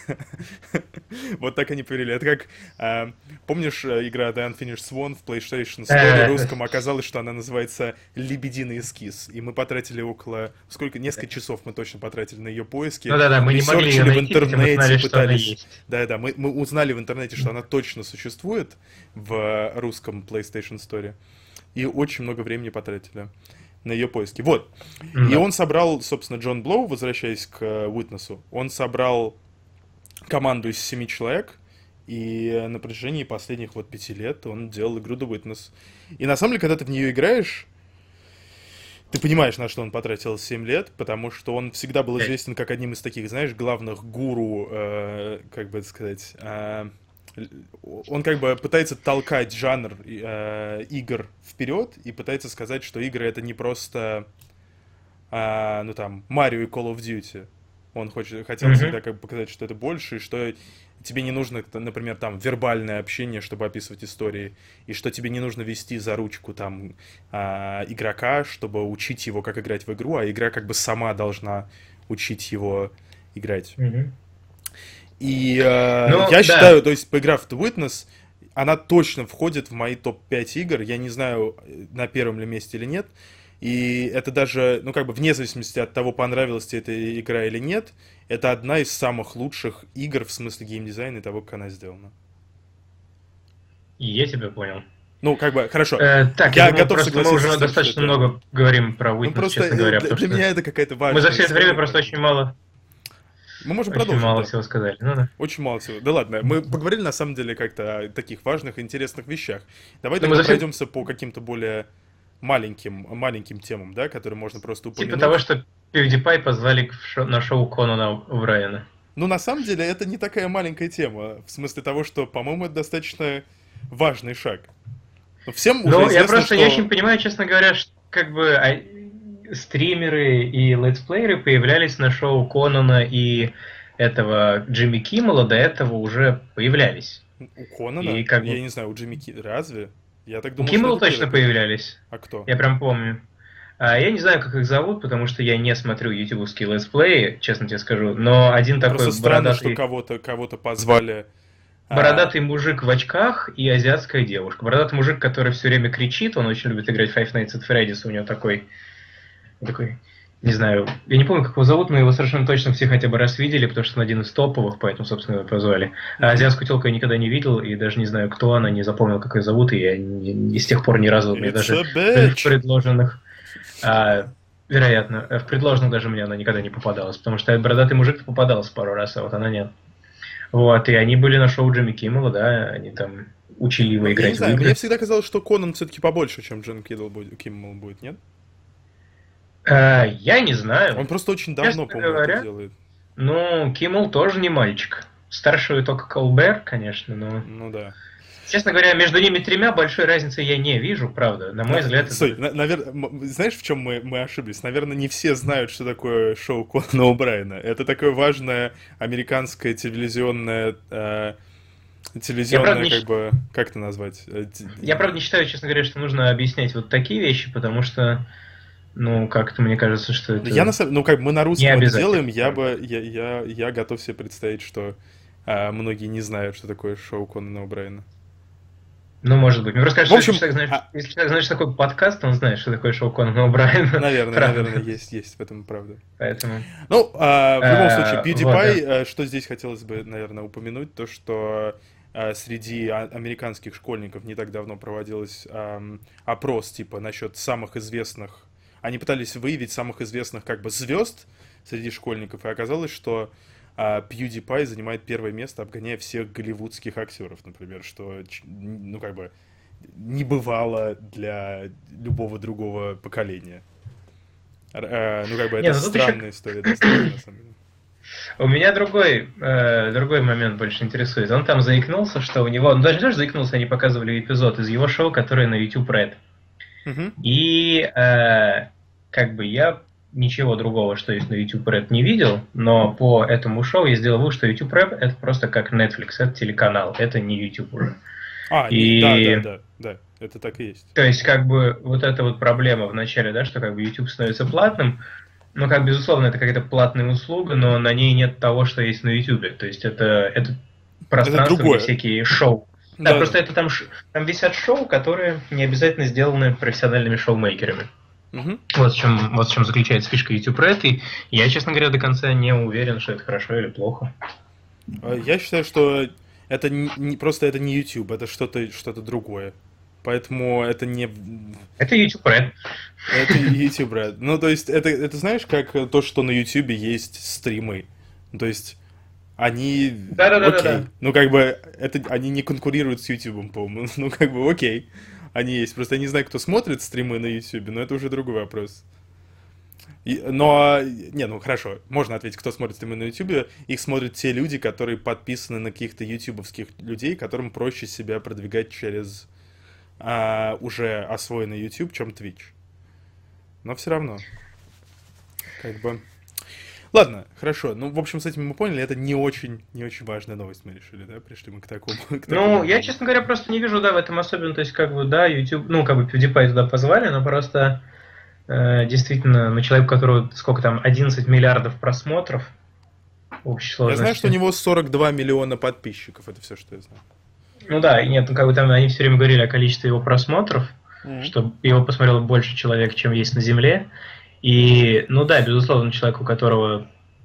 Вот так они перевели. Это как... Помнишь игра The Unfinished Swan в PlayStation Store? В русском оказалось, что она называется «Лебединый эскиз». И мы потратили около... Несколько часов мы точно потратили на ее поиски. Мы не могли ее найти, в интернете, пытались... Да, мы узнали в интернете, что она точно существует в русском PlayStation Store. И очень много времени потратили на ее поиски. Вот. И он собрал, собственно, Джон Блоу, возвращаясь к Witness, он собрал команду из 7 человек, и на протяжении последних 5 лет он делал игру The Witness. И на самом деле, когда ты в нее играешь, ты понимаешь, на что он потратил 7 лет, потому что он всегда был известен как одним из таких, знаешь, главных гуру, как бы это сказать... Он как бы пытается толкать жанр игр вперед и пытается сказать, что игры это не просто, ну там, Марио и Call of Duty. Он хотел всегда как бы показать, что это больше, и что тебе не нужно, например, там, вербальное общение, чтобы описывать истории, и что тебе не нужно вести за ручку там игрока, чтобы учить его, как играть в игру, а игра как бы сама должна учить его играть. И я считаю, то есть, поиграв в The Witness, она точно входит в мои топ-5 игр. Я не знаю, на первом ли месте или нет. И это даже, ну, как бы, вне зависимости от того, понравилась тебе эта игра или нет, это одна из самых лучших игр в смысле геймдизайна и того, как она сделана. Я тебя понял. Ну, как бы, хорошо. Так, я готов согласиться. Мы уже достаточно много говорим про Witness, просто честно говоря. Для меня это какая-то важная Мы за все это время просто очень мало... Мы можем продолжить. Очень мало всего сказали. Ну, да. Очень мало всего. Да ладно, мы поговорили на самом деле как-то о таких важных и интересных вещах. Давай тогда пройдемся по каким-то более маленьким темам, да, которые можно просто упомянуть. Типа того, что PewDiePie позвали на шоу Конана Брайана. Ну, на самом деле, это не такая маленькая тема. В смысле того, что, по-моему, это достаточно важный шаг. Всем уже известно, я просто не очень понимаю, честно говоря, что как бы стримеры и летсплееры появлялись на шоу Конана и этого Джимми Киммела, до этого уже появлялись. У Конана? И как бы... Я не знаю, у Джимми Киммела... Разве? Я так думал, у Киммела точно появлялись. А кто? Я прям помню. Я не знаю, как их зовут, потому что я не смотрю ютубовские летсплеи, честно тебе скажу, но один такой просто бородатый... странно, что кого-то позвали... Бородатый мужик в очках и азиатская девушка. Бородатый мужик, который все время кричит, он очень любит играть в Five Nights at Freddy's, у него такой, не знаю, я не помню, как его зовут, но его совершенно точно все хотя бы раз видели, потому что он один из топовых, поэтому, собственно, его позвали. А азиатскую телку я никогда не видел, и даже не знаю, кто она, не запомнил, как ее зовут, и я с тех пор ни разу мне даже в предложенных... вероятно, в предложенных даже мне она никогда не попадалась, потому что бородатый мужик попадался пару раз, а вот она нет. Вот, и они были на шоу Джимми Киммела, да, они там учили его Ну, я не играть в знаю, мне игры. всегда казалось, что Конан все-таки побольше, чем Джим Киммел будет, нет? Я не знаю. Он просто очень давно, Честно по-моему, это говоря, делает. ну, Киммел тоже не мальчик. Старшего только Колбер, конечно, но... Ну да. Честно говоря, между ними тремя большой разницы я не вижу, правда. На мой взгляд, Стой, это... знаешь, в чем мы ошиблись? Наверное, не все знают, что такое шоу Конана О'Брайена. Это такое важное американское Я правда телевизионное, не, как бы, как это назвать? я правда не считаю, честно говоря, что нужно объяснять вот такие вещи, потому что, ну, как-то мне кажется, что Я это ну, как бы мы на не русском это делаем, обязательно. я готов себе представить, что многие не знают, что такое шоу Конана О'Брайена. Ну, может быть. Мне просто В кажется, что общем, если человек знает, что такое подкаст, он знает, что такое шоу Конана О'Брайена. наверное, Правда. есть в этом правда. Поэтому... Ну, в любом случае, Вот, да. PewDiePie, что здесь хотелось бы, наверное, упомянуть, то, что среди американских школьников не так давно проводилось опрос, типа, насчет самых известных. Они пытались выявить самых известных, как бы, звезд среди школьников, и оказалось, что PewDiePie занимает первое место, обгоняя всех голливудских актеров, например, что, ну, как бы, не бывало для любого другого поколения. Ну, как бы, Не, это ну тут еще странная история достаточно, на самом деле. у меня другой момент больше интересует. Он там заикнулся, что у него... Он даже не то, что заикнулся, они показывали эпизод из его шоу, которое на YouTube Red. Мгм. И как бы я ничего другого, что есть на YouTube Red, не видел, но по этому шоу я сделал вывод, что YouTube Red это просто как Netflix, это телеканал, это не YouTube уже. И Да, это так и есть. то есть как бы вот эта вот проблема в начале, да, что как бы YouTube становится платным, ну как безусловно это какая-то платная услуга, но на ней нет того, что есть на YouTube. То есть это Это пространство, где другое. всякие шоу. Да, Да, просто да. это там висят шоу, которые не обязательно сделаны профессиональными шоумейкерами. Мгм. Вот в чем заключается фишка YouTube Red, и я, честно говоря, до конца не уверен, что это хорошо или плохо. Я считаю, что это просто это не YouTube, это что-то другое. Поэтому это не... Это YouTube Red. Это YouTube, брат. Ну, то есть, это знаешь, как то, что на YouTube есть стримы. То есть, они... Окей. Да-да-да-да-да. Ну, как бы, они не конкурируют с YouTube, по-моему. Ну, как бы, окей. Они есть. Просто я не знаю, кто смотрит стримы на YouTube, но это уже другой вопрос. Не, ну хорошо, можно ответить, кто смотрит стримы на YouTube. Их смотрят те люди, которые подписаны на каких-то ютубовских людей, которым проще себя продвигать через уже освоенный YouTube, чем Twitch. Но все равно, как бы... Ладно, хорошо. Ну, в общем, с этим мы поняли, это не очень важная новость, мы решили, да? Пришли мы к такому, к такому Ну, я, выводу. честно говоря, просто не вижу, да, в этом особенно, то есть, как бы, да, YouTube, ну, как бы, PewDiePie туда позвали, но просто, действительно, ну, человек, у которого, сколько там, 11 миллиардов просмотров в общей Я знаю, что у сложности. него 42 миллиона подписчиков, это все, что я знаю. Ну да, и нет, ну, как бы там они все время говорили о количестве его просмотров, Мгм. что его посмотрело больше человек, чем есть на Земле. И, ну да, безусловно, человек, у которого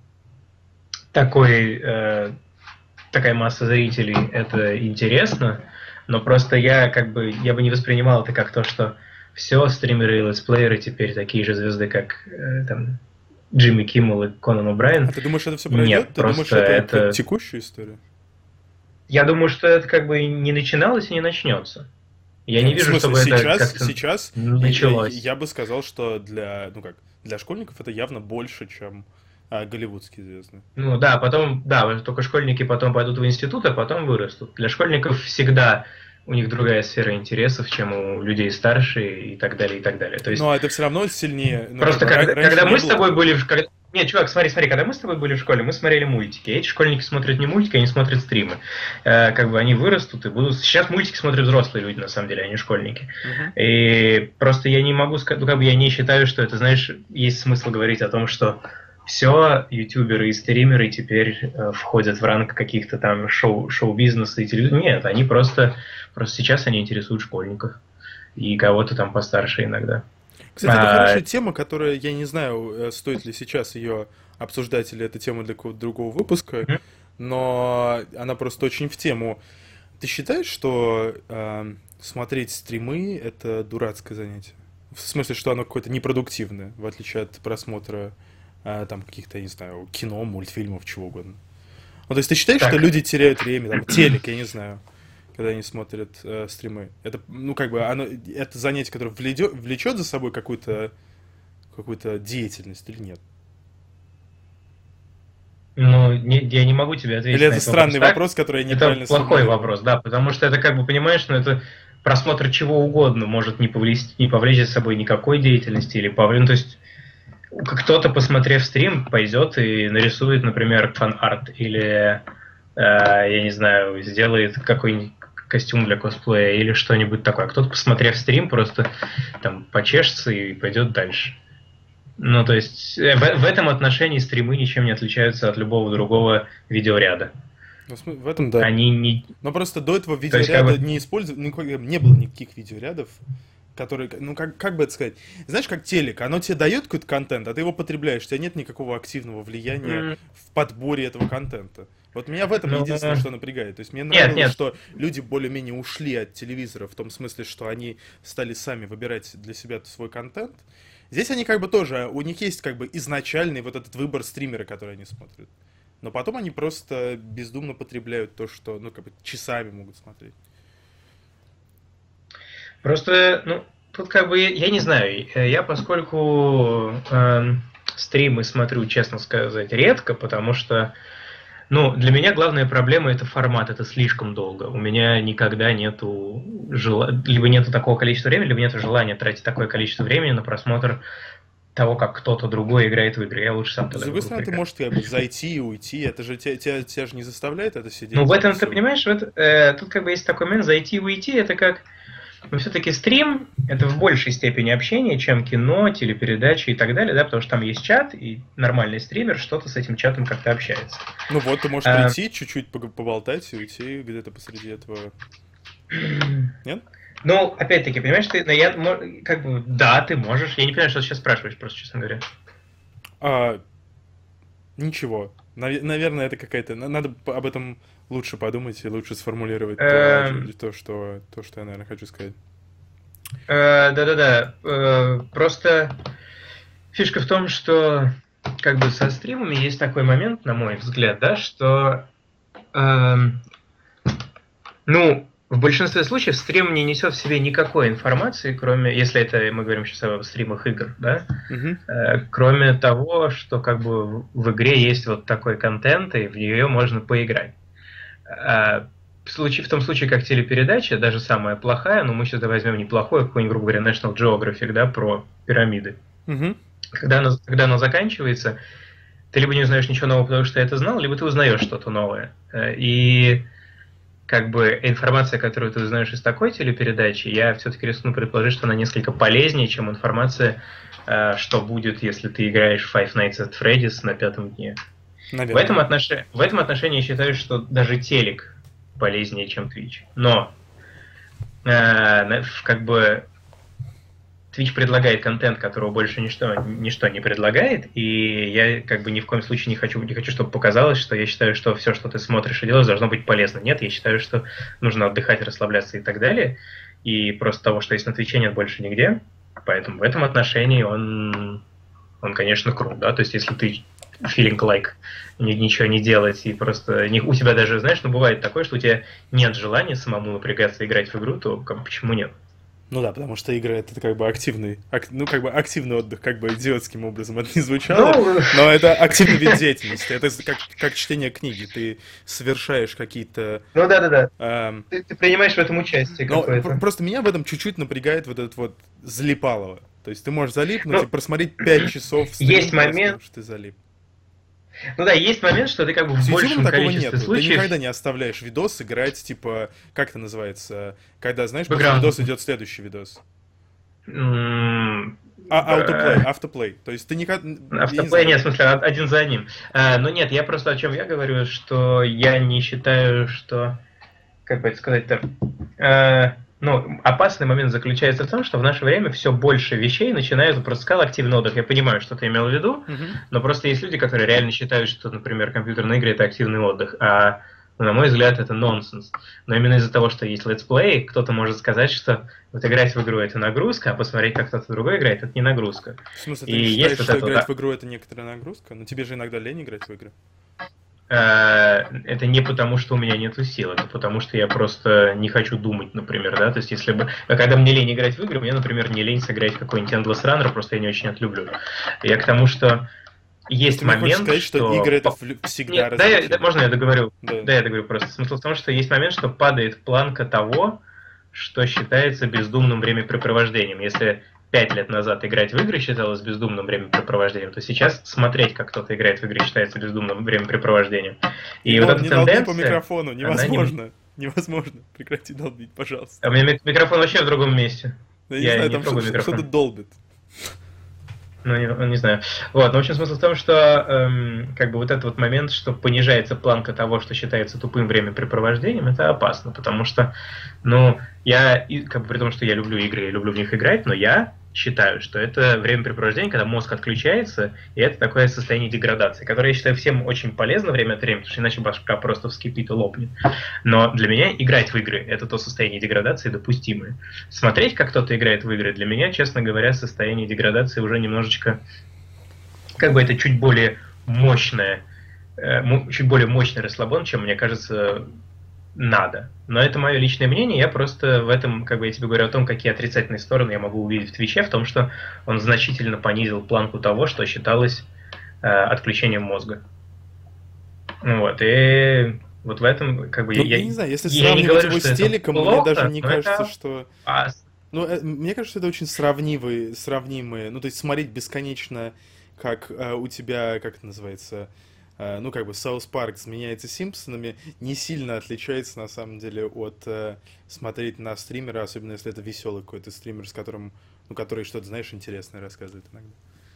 такой, такая масса зрителей, это интересно, но просто я как бы, я бы не воспринимал это как то, что все, стримеры и летсплееры теперь такие же звезды, как там Джимми Киммел и Конан А О'Брайен. ты думаешь, это все Нет, пройдет? Ты думаешь, просто это какая-то это... текущая история? Я думаю, что это как бы не начиналось и не начнется. Я Не, не ну в вижу, смысле, чтобы это сейчас, как-то сейчас началось. я бы сказал, что ну как, для школьников это явно больше, чем голливудские звезды. Ну да, потом, да, вот только школьники потом пойдут в институт, а потом вырастут. Для школьников всегда у них другая сфера интересов, чем у людей старше и так далее, и так далее. То есть Но это все равно сильнее, ну как просто бы раньше когда не мы с было тобой такого. были в... Нет, чувак, смотри, когда мы с тобой были в школе, мы смотрели мультики. Эти школьники смотрят не мультики, они смотрят стримы. Как бы они вырастут и будут... Сейчас мультики смотрят взрослые люди, на самом деле, а не школьники. Мгм. И просто я не могу сказать... Ну, как бы я не считаю, что это, знаешь, есть смысл говорить о том, что все ютуберы и стримеры теперь входят в ранг каких-то там шоу-бизнеса и телевизора. Нет, они просто сейчас они интересуют школьников и кого-то там постарше иногда. Кстати, это А, хорошая тема, которая, я не знаю, стоит ли сейчас ее обсуждать, или это тема для какого-то другого выпуска, мгм. но она просто очень в тему. Ты считаешь, что смотреть стримы это дурацкое занятие? В смысле, что оно какое-то непродуктивное, в отличие от просмотра там каких-то, я не знаю, кино, мультфильмов, чего угодно. Ну, то есть ты считаешь, что Так, люди теряют время, там, телек, я не знаю, когда они смотрят стримы? Это, ну, как бы, это занятие, которое влечет за собой какую-то деятельность или нет? ну, я не могу тебе Или ответить на это этот вопрос странный так. вопрос, который я Это неправильно плохой сформулировал? вопрос, да, потому что это, как бы, понимаешь, ну, это просмотр чего угодно может не повлечь за собой никакой деятельности или повлечь. Ну, то есть кто-то, посмотрев стрим, пойдет и нарисует, например, фан-арт или, я не знаю, сделает какой-нибудь костюм для косплея или что-нибудь такое. А кто-то, посмотрев стрим, просто там почешется и пойдет дальше. Ну, то есть в этом отношении стримы ничем не отличаются от любого другого видеоряда. Ну, в этом да. Они не... Но просто до этого То есть, как видеоряда бы... не использовали, ну, не было никаких видеорядов, которые, ну, как бы это сказать, знаешь, как телек, оно тебе дает какой-то контент, а ты его потребляешь, у тебя нет никакого активного влияния м, в подборе этого контента. Вот меня в этом Ну, единственное, что напрягает. То есть мне нет, нравилось, нет. что люди более-менее ушли от телевизора, в том смысле, что они стали сами выбирать для себя свой контент. Здесь они как бы тоже, у них есть как бы изначальный вот этот выбор стримера, который они смотрят. Но потом они просто бездумно потребляют то, что, ну, как бы часами могут смотреть. Просто, ну, тут как бы, я не знаю, я поскольку стримы смотрю, честно сказать, редко, потому что, ну, для меня главная проблема это формат, это слишком долго. У меня никогда нету либо нету такого количества времени, либо нету желания тратить такое количество времени на просмотр того, как кто-то другой играет в игры. Я лучше сам С тогда в другой игру стороны, ты поиграю. можешь как бы зайти и уйти. Это же тебя же не заставляет это Ну, сидеть в там этом, ты всю. понимаешь, тут как бы есть такой момент, зайти и уйти, это как... Но все-таки стрим– это в большей степени общение, чем кино, телепередачи и так далее, да, потому что там есть чат, и нормальный стример что-то с этим чатом как-то общается. Ну вот, ты можешь А, прийти, чуть-чуть поболтать и уйти где-то посреди этого. Нет? Ну, опять-таки, понимаешь, как бы, да, ты можешь. Я не понимаю, что ты сейчас спрашиваешь, просто, честно говоря. А, ничего. Наверное, это какая-то... Надо об этом лучше подумать и лучше сформулировать Эм, то, что я, наверное, хочу сказать. Да-да-да. Просто фишка в том, что как бы со стримами есть такой момент, на мой взгляд, да, что эм, ну, в большинстве случаев стрим не несет в себе никакой информации, кроме, если это мы говорим сейчас о стримах игр, да, Угу. кроме того, что как бы в игре есть вот такой контент, и в нее можно поиграть. В том случае, как телепередача, даже самая плохая, но мы сюда возьмем неплохое, какой-нибудь, грубо говоря, National Geographic, да, про пирамиды. Угу. Когда она заканчивается, ты либо не узнаешь ничего нового, потому что ты это знал, либо ты узнаешь что-то новое. И как бы информация, которую ты узнаешь из такой телепередачи, я все-таки рискну предположить, что она несколько полезнее, чем информация, что будет, если ты играешь в Five Nights at Freddy's на 5-м дне. В этом, Наверное. в этом отношении я считаю, что даже телек полезнее, чем Twitch. Но как бы Twitch предлагает контент, которого больше ничто не предлагает, и я как бы ни в коем случае не хочу, чтобы показалось, что я считаю, что все, что ты смотришь и делаешь, должно быть полезно. Нет, я считаю, что нужно отдыхать, расслабляться и так далее, и просто того, что есть на Твиче, нет больше нигде, поэтому в этом отношении он конечно, крут, да, то есть если ты feeling like ничего не делать и просто у тебя даже, знаешь, ну бывает такое, что у тебя нет желания самому напрягаться и играть в игру, то почему нет? Ну да, потому что игры это как бы как бы активный отдых, как бы идиотским образом это не звучало, Ну, но это активный вид деятельности, это как чтение книги, ты совершаешь какие-то... ну да-да-да. эм, Ты принимаешь в этом участие но какое-то. просто меня в этом чуть-чуть напрягает вот этот вот залипалово. То есть ты можешь залипнуть и Ну, просмотреть 5 часов есть стрим просто, потому момент, что ты залип. ну да, есть момент, что ты как бы С в Ютубом большем такого количестве нету. Ты случаев никогда не оставляешь видос играть, типа, как это называется, когда, знаешь, после бэкграунд. видоса идет следующий видос. М, Автоплей. То есть ты никогда, я не Автоплей, знаю. нет, в смысле, один за одним. Но нет, я просто о чем я говорю, что я не считаю, что, как бы это сказать-то, ну, опасный момент заключается в том, что в наше время все больше вещей начинают, просто сказал, активный отдых. Я понимаю, что ты имел в виду, Мгм. но просто есть люди, которые реально считают, что, например, компьютерные игры это активный отдых, а на мой взгляд, это нонсенс. Но именно из-за того, что есть летсплей, кто-то может сказать, что вот играть в игру это нагрузка, а посмотреть, как кто-то другой играет, это не нагрузка. В смысле, И ты не есть считаешь, вот что это вот, играть в игру это некоторая нагрузка? Но тебе же иногда лень играть в игры. это не потому, что у меня нету сил, это потому, что я просто не хочу думать, например, да, то есть если бы, когда мне лень играть в игры, мне, например, не лень сыграть в какой-нибудь Endless Runner, просто я не очень это люблю. Я к тому, что То есть есть ты мне хочешь момент, сказать, что что... игры это всегда Нет, да, развлечение? можно я договорю? Да. Да, я договорю просто. Смысл в том, что есть момент, что падает планка того, что считается бездумным времяпрепровождением. Если 5 лет назад играть в игры считалось бездумным времяпрепровождением, то сейчас смотреть, как кто-то играет в игры, считается бездумным времяпрепровождением. И вот Егор, эта не долби по тенденция, микрофону, она не... невозможно. Невозможно. Прекрати долбить, пожалуйста. А у меня микрофон вообще в другом месте. Да я не Я знаю, не там трогаю что-то микрофон. долбит. Ну, не знаю. Вот, но в общем смысл в том, что как бы вот этот вот момент, что понижается планка того, что считается тупым времяпрепровождением, это опасно, потому что, ну, как бы при том, что я люблю игры, я люблю в них играть, но я считаю, что это времяпрепровождение, когда мозг отключается, и это такое состояние деградации, которое я считаю всем очень полезно время от времени, потому что иначе башка просто вскипит и лопнет. Но для меня играть в игры – это то состояние деградации допустимое. Смотреть, как кто-то играет в игры, для меня, честно говоря, состояние деградации уже немножечко, как бы это чуть более мощное, чуть более мощный расслабон, чем, мне кажется, надо. Но это мое личное мнение, я просто в этом, как бы я тебе говорю о том, какие отрицательные стороны я могу увидеть в Твиче, в том, что он значительно понизил планку того, что считалось отключением мозга. Вот, и вот в этом, как бы, Ну, я не знаю, если я не сравнивать говорю, его что с это телеком, мне даже плохо, не но кажется, это что... а, Ну, мне кажется, что это очень сравнимые. Ну, то есть смотреть бесконечно, как у тебя, как это называется, ну, как бы Саус Парк сменяется Симпсонами, не сильно отличается, на самом деле, от смотреть на стримера, особенно если это веселый какой-то стример, с которым, ну, который что-то, знаешь, интересное рассказывает иногда.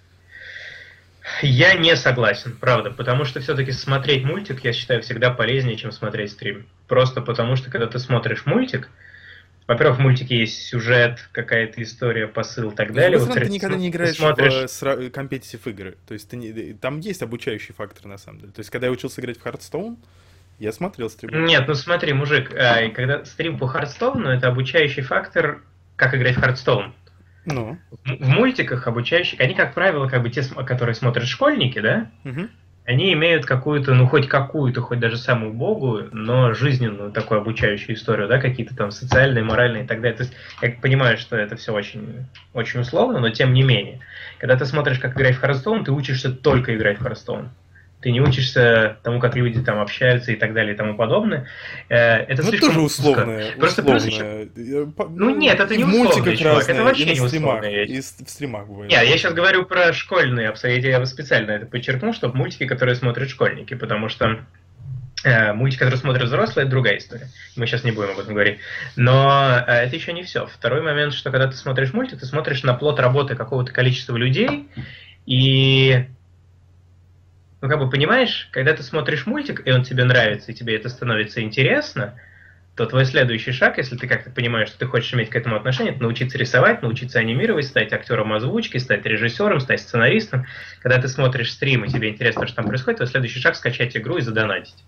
я не согласен, правда, потому что все-таки смотреть мультик, я считаю, всегда полезнее, чем смотреть стрим. Просто потому что, когда ты смотришь мультик, во-первых, в мультике есть сюжет, какая-то история, посыл и так Но, с другой далее. стороны, ты Во-вторых, никогда не ты играешь смотришь... в компетитив игры. То есть там есть обучающий фактор, на самом деле. То есть, когда я учился играть в Hearthstone, я смотрел стримы. Нет, ну смотри, мужик, когда стрим по Хардстоуну, это обучающий фактор, как играть в Хардстоун. Ну. В мультиках обучающих, они, как правило, как бы те, которые смотрят школьники, да, Угу. они имеют какую-то, ну хоть какую-то, хоть даже самую убогую, но жизненную такую обучающую историю, да, какие-то там социальные, моральные и так далее. То есть я понимаю, что это все очень, очень условно, но тем не менее. Когда ты смотришь, как играть в Hearthstone, ты учишься только играть в Hearthstone. Ты не учишься тому, как люди там общаются и так далее и тому подобное. Это Ну, это тоже слишком узко. условное, Просто плюс еще... условное. Ну Ну, нет, это и не в условный мультиках чувак, это разное, и вообще на не условная стримах, вещь. и в стримах бывает Нет, я сейчас разное. говорю про школьные обстоятельства, я специально это подчеркну, что мультики, которые смотрят школьники, потому что мультики, которые смотрят взрослые, это другая история. Мы сейчас не будем об этом говорить. Но это еще не все. Второй момент, что когда ты смотришь мультик, ты смотришь на плод работы какого-то количества людей, и, ну, как бы понимаешь, когда ты смотришь мультик, и он тебе нравится, и тебе это становится интересно, то твой следующий шаг, если ты как-то понимаешь, что ты хочешь иметь к этому отношение, это научиться рисовать, научиться анимировать, стать актером озвучки, стать режиссером, стать сценаристом. Когда ты смотришь стрим, и тебе интересно, что там происходит, то следующий шаг — скачать игру и задонатить.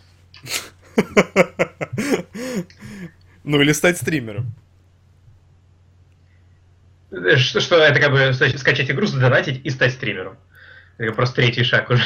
Ну, или стать стримером. Что это как бы скачать игру, задонатить и стать стримером. Это просто третий шаг уже.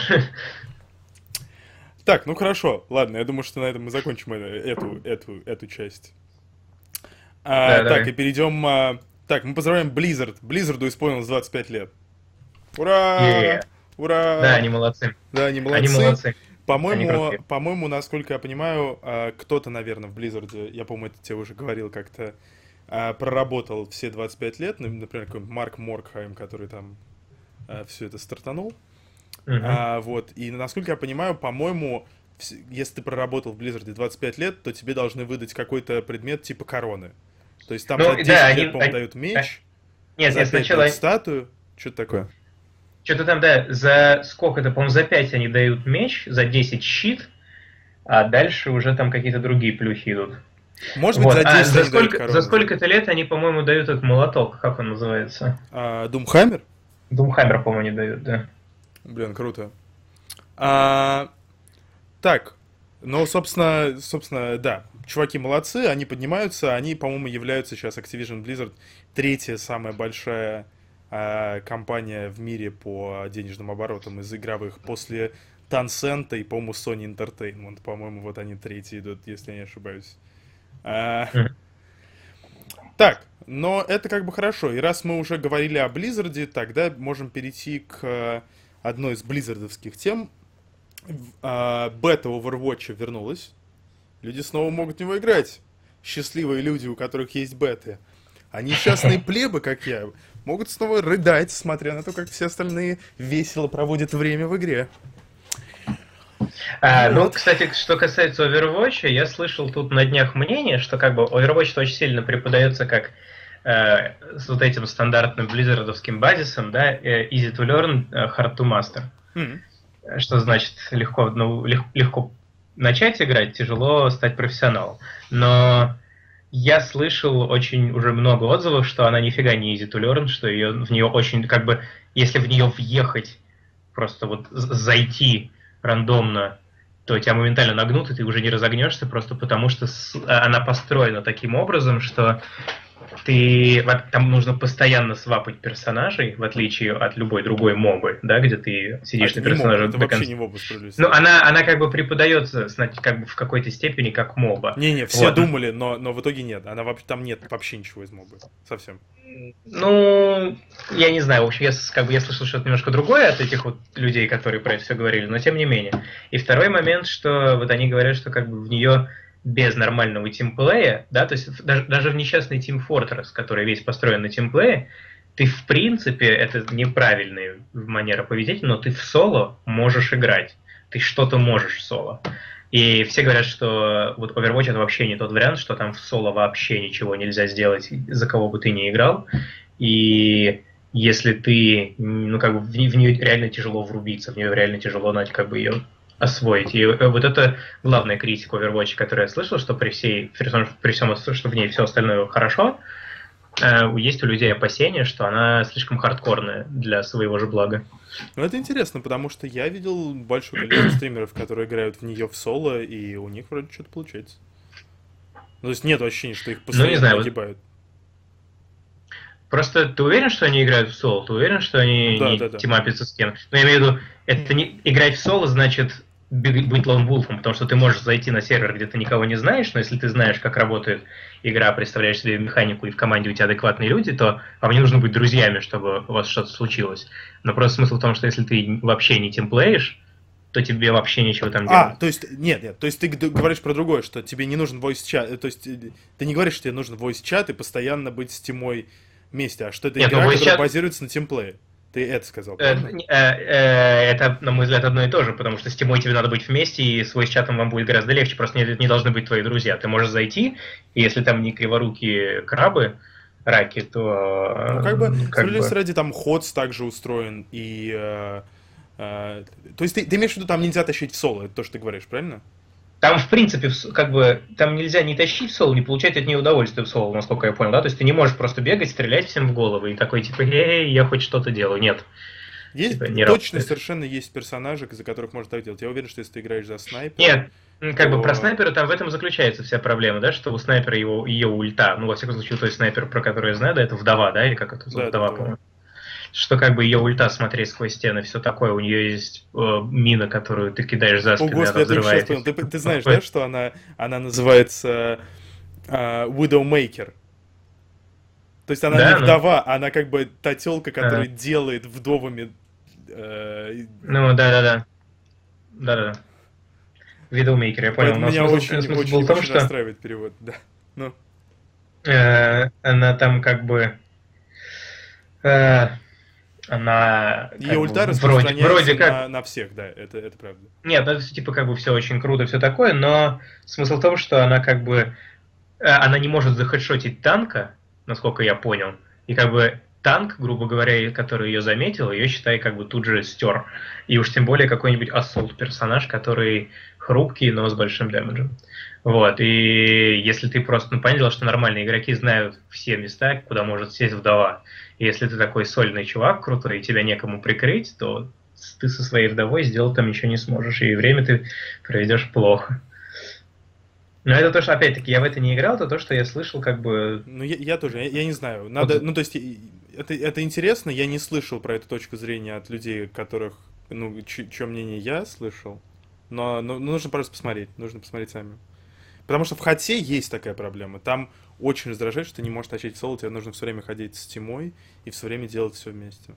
Так, ну хорошо, ладно, я думаю, что на этом мы закончим эту часть. Да, Так, и давай. перейдем... так, мы поздравляем Blizzard. Blizzard исполнилось 25 лет. Ура! Да, Ура! они молодцы. Да, они Они молодцы. молодцы. Они По-моему, крутые. по-моему, насколько я понимаю, кто-то, наверное, в Blizzard, я, по-моему, это тебе уже говорил как-то, проработал все 25 лет, ну, например, какой-нибудь Марк Моркхайм, который там все это стартанул. Угу. Вот, и насколько я понимаю, по-моему, если ты проработал в Blizzard 25 лет, то тебе должны выдать какой-то предмет типа короны. То есть там Ну, за да, 10 лет, по-моему, дают меч, нет, за нет, 5 сначала дают статую, что-то такое. что-то там, да, за сколько-то, по-моему, за 5 они дают меч, за 10 щит, а дальше уже там какие-то другие плюхи идут. Может быть, Вот. за А 10 они дают за корону. сколько-то лет они, по-моему, дают этот молоток, как он называется? Думхаммер? Думхаммер, по-моему, не дают, да. Блин, круто. А, так, ну, собственно, да, чуваки молодцы, они поднимаются, они, по-моему, являются сейчас Activision Blizzard третья самая большая компания в мире по денежным оборотам из игровых после Tencent и, по-моему, Sony Entertainment. По-моему, вот они третьи идут, если я не ошибаюсь. А, Мгм. Так, но это как бы хорошо. И раз мы уже говорили о Blizzard, тогда можем перейти к одной из близзардовских тем. Бета Overwatch вернулась. Люди снова могут в него играть. Счастливые люди, у которых есть беты. А несчастные плебы, как я, могут снова рыдать, смотря на то, как все остальные весело проводят время в игре. Ну, Вот. кстати, что касается Overwatch, я слышал тут на днях мнение, что как бы Overwatch очень сильно преподается как с вот этим стандартным близзардовским базисом, да, easy to learn, hard to master. М. Что значит легко, ну, легко начать играть, тяжело стать профессионалом. Но я слышал очень уже много отзывов, что она нифига не easy to learn, что в нее очень, как бы, если в нее въехать, просто вот зайти рандомно, то тебя моментально нагнут, и ты уже не разогнешься, просто потому что она построена таким образом, что там нужно постоянно свапать персонажей, в отличие от любой другой мобы, да, где ты сидишь Это на не моба, персонаже это до вообще конца. не моба, справедливости. Ну, она как бы преподается, как бы в какой-то степени как моба. Не-не, все Вот. думали, но в итоге нет. Там нет вообще ничего из мобы. Совсем. Ну, я не знаю, в общем, я слышал что-то немножко другое от этих вот людей, которые про это все говорили, но тем не менее. И второй момент, что вот они говорят, что как бы в нее без нормального тимплея, да, то есть даже в несчастный Team Fortress, который весь построен на тимплее, ты в принципе, это неправильная манера поведения, но ты в соло можешь играть. Ты что-то можешь в соло. И все говорят, что вот Overwatch это вообще не тот вариант, что там в соло вообще ничего нельзя сделать, за кого бы ты ни играл. И если ты, ну, как бы в нее реально тяжело врубиться, в нее реально тяжело, как бы ее освоить. И вот это главная критика Overwatch, которую я слышал, что при всем, что в ней все остальное хорошо, есть у людей опасения, что она слишком хардкорная для своего же блага. Ну, это интересно, потому что я видел большое количество стримеров, которые играют в нее в соло, и у них вроде что-то получается. Ну, то есть нет ощущения, что их постоянно не знаю, нагибают. Просто ты уверен, что они играют в соло? Ты уверен, что они не тимапятся с кем? Ну, я имею в виду, это не играть в соло значит быть лоунвулфом, потому что ты можешь зайти на сервер, где ты никого не знаешь, но если ты знаешь, как работает игра, представляешь себе механику, и в команде у тебя адекватные люди, то вам не нужно быть друзьями, чтобы у вас что-то случилось. Но просто смысл в том, что если ты вообще не тимплеишь, то тебе вообще ничего там делать. То есть, нет, то есть ты говоришь про другое, что тебе не нужен voice-чат, то есть ты не говоришь, что тебе нужен voice-чат и постоянно быть с тимой вместе, а что это игра, которая базируется на тимплее. Ты это сказал, правильно? Это, на мой взгляд, одно и то же, потому что с Тимой тебе надо быть вместе, и с voice-чатом вам будет гораздо легче, просто не должны быть твои друзья. Ты можешь зайти, и если там не криворукие крабы, раки, то... Ну, как бы ради там ходс также устроен, и... то есть ты имеешь в виду, там нельзя тащить в соло, это то, что ты говоришь, правильно? Там, в принципе, как бы, там нельзя не тащить в соло, не получать от нее удовольствие в соло, насколько я понял, да? То есть ты не можешь просто бегать, стрелять всем в голову и такой, типа, эй, я хоть что-то делаю. Нет. Есть, типа, точно совершенно есть персонажи, за которых можно так делать. Я уверен, что если ты играешь за снайпера... Нет, как бы про снайпера там в этом заключается вся проблема, да, что у снайпера ее ульта, ну, во всяком случае, той снайпер, про который я знаю, да, это вдова, да, или как это зовут, вдова, по-моему. Что как бы ее ульта смотреть сквозь стены, все такое, у нее есть мина, которую ты кидаешь за спину, она взрывается. Ты знаешь, да, что она называется Widowmaker? То есть она не вдова, она как бы та тёлка, которая делает вдовами... Ну, да-да-да. Да-да-да. Widowmaker, я понял. Меня очень расстраивает перевод, да. Ну. Она там как бы... Она ее ульта распространяется на всех, да, это правда. Нет, это типа как бы все очень круто, все такое, но смысл в том, что она как бы она не может захедшотить танка, насколько я понял, и как бы танк, грубо говоря, который ее заметил, ее, считай, как бы тут же стер. И уж тем более какой-нибудь ассолт персонаж, который хрупкий, но с большим дэмэджем. Вот, и если ты просто, ну, понятно, что нормальные игроки знают все места, куда может сесть вдова. И если ты такой сольный чувак крутой, и тебя некому прикрыть, то ты со своей вдовой сделать там ничего не сможешь, и время ты проведешь плохо. Но это то, что, опять-таки, я в это не играл, это то, что я слышал, как бы... Ну, я тоже, я не знаю. Надо, ну, то есть, это интересно, я не слышал про эту точку зрения от людей, которых ну, чье мнение я слышал, но нужно просто посмотреть, нужно посмотреть сами. Потому что в Хате есть такая проблема. Там очень раздражает, что ты не можешь начать соло, тебе нужно все время ходить с Тимой и все время делать все вместе.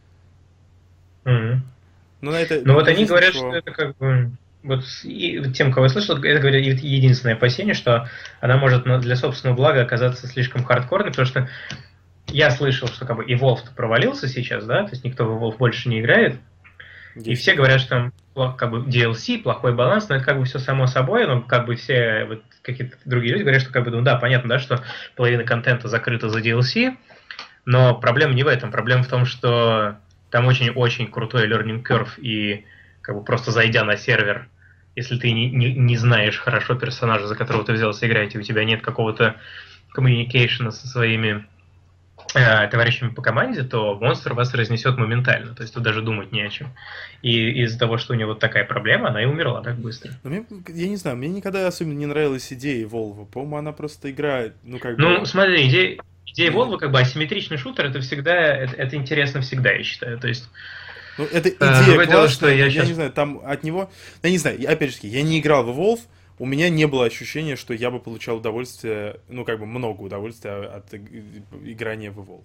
Мгм. Но на это Ну вот они здесь говорят, что ничего. это как бы... Вот и тем, кого я слышал, это говорят единственное опасение, что она может для собственного блага оказаться слишком хардкорной, потому что я слышал, что как бы Evolve провалился сейчас, да, то есть никто в Evolve больше не играет, и Есть все такое. говорят, что там как бы DLC, плохой баланс, но это как бы все само собой, но как бы все вот какие-то другие люди говорят, что как бы, ну да, понятно, да, что половина контента закрыта за DLC, но проблема не в этом, проблема в том, что там очень-очень крутой learning curve, и как бы просто зайдя на сервер, если ты не знаешь хорошо персонажа, за которого ты взялся играть, и у тебя нет какого-то communication со своими товарищами по команде, то монстр вас разнесет моментально. То есть тут даже думать не о чем. И из-за того, что у него вот такая проблема, она и умерла так быстро. Но мне, я не знаю, мне никогда особенно не нравилась идея Волва. По-моему, она просто играет, ну, как Ну, бы... смотри, идея Не, Volvo, как бы асимметричный шутер, это всегда, это интересно всегда, я считаю. То есть, ну, эта идея другое дело, что классная, но я я не сейчас... знаю, там от него... Я не знаю, опять же таки, я не играл в Evolve, у меня не было ощущения, что я бы получал удовольствие, ну, как бы много удовольствия от играния в Evolve.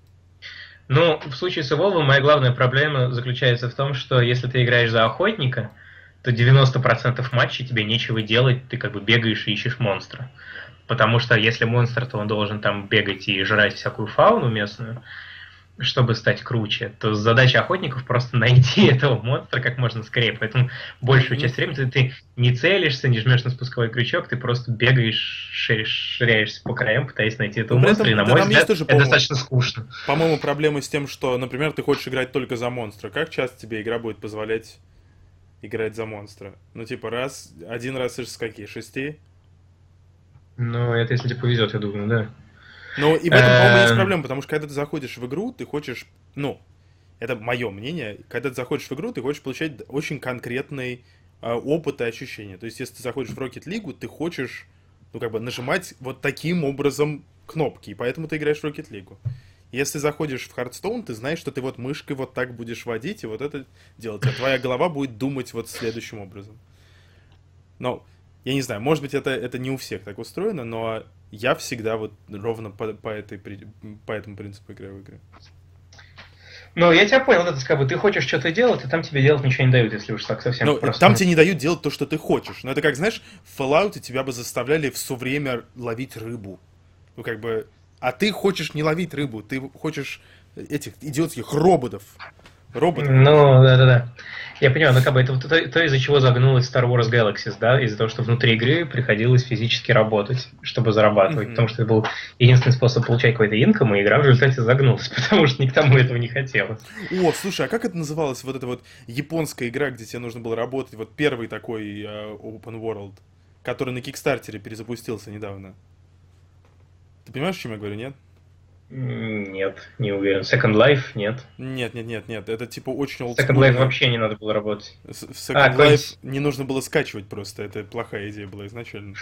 Ну, в случае с Evolve моя главная проблема заключается в том, что если ты играешь за охотника, то 90% матчей тебе нечего делать, ты как бы бегаешь и ищешь монстра. Потому что если монстр, то он должен там бегать и жрать всякую фауну местную, чтобы стать круче, то задача охотников просто найти этого монстра как можно скорее. Поэтому большую Мгм. часть времени ты не целишься, не жмешь на спусковой крючок, ты просто бегаешь, ширяешься по краям, пытаясь найти этого Но при монстра. И, этом на мой там есть взгляд, тоже, это достаточно скучно. по-моему, проблемы с тем, что, например, ты хочешь играть только за монстра. Как часто тебе игра будет позволять играть за монстра? Ну, типа, один раз из каких? 6? Ну, это если тебе повезет, я думаю, да. Ну, и в этом, по-моему, есть Эм, проблема, потому что когда ты заходишь в игру, ты хочешь, ну, это мое мнение, когда ты заходишь в игру, ты хочешь получать очень конкретный опыт и ощущения. То есть, если ты заходишь в Rocket League, ты хочешь, ну, как бы, нажимать вот таким образом кнопки, и поэтому ты играешь в Rocket League. Если заходишь в Hearthstone, ты знаешь, что ты вот мышкой вот так будешь водить и вот это делать, а твоя голова будет думать вот следующим образом. Но, я не знаю, может быть, это не у всех так устроено, но я всегда вот ровно по этому принципу играю в игры. Ну, я тебя понял, это как бы ты хочешь что-то делать, и там тебе делать ничего не дают, если уж так совсем Ну, там по-простому. тебе не дают делать то, что ты хочешь. Но это как, знаешь, в Fallout тебя бы заставляли все время ловить рыбу. Ну, как бы... А ты хочешь не ловить рыбу, ты хочешь этих идиотских роботов. Роботов хочешь. Ну, да-да-да. Я понимаю, но как бы это вот то, из-за чего загнулась Star Wars Galaxies, да, из-за того, что внутри игры приходилось физически работать, чтобы зарабатывать, Мгм. потому что это был единственный способ получать какой-то инком, и игра в результате загнулась, потому что никому этого не хотелось. О, слушай, а как это называлось, вот эта вот японская игра, где тебе нужно было работать, вот первый такой open world, который на Кикстартере перезапустился недавно? Ты понимаешь, о чем я говорю, нет? Нет, не уверен. Second Life? Нет. Нет, нет, нет, нет. Это типа очень Second Life олдскульно. вообще не надо было работать. В А, Second Life какой-нибудь... не нужно было скачивать просто. Это плохая идея была изначально.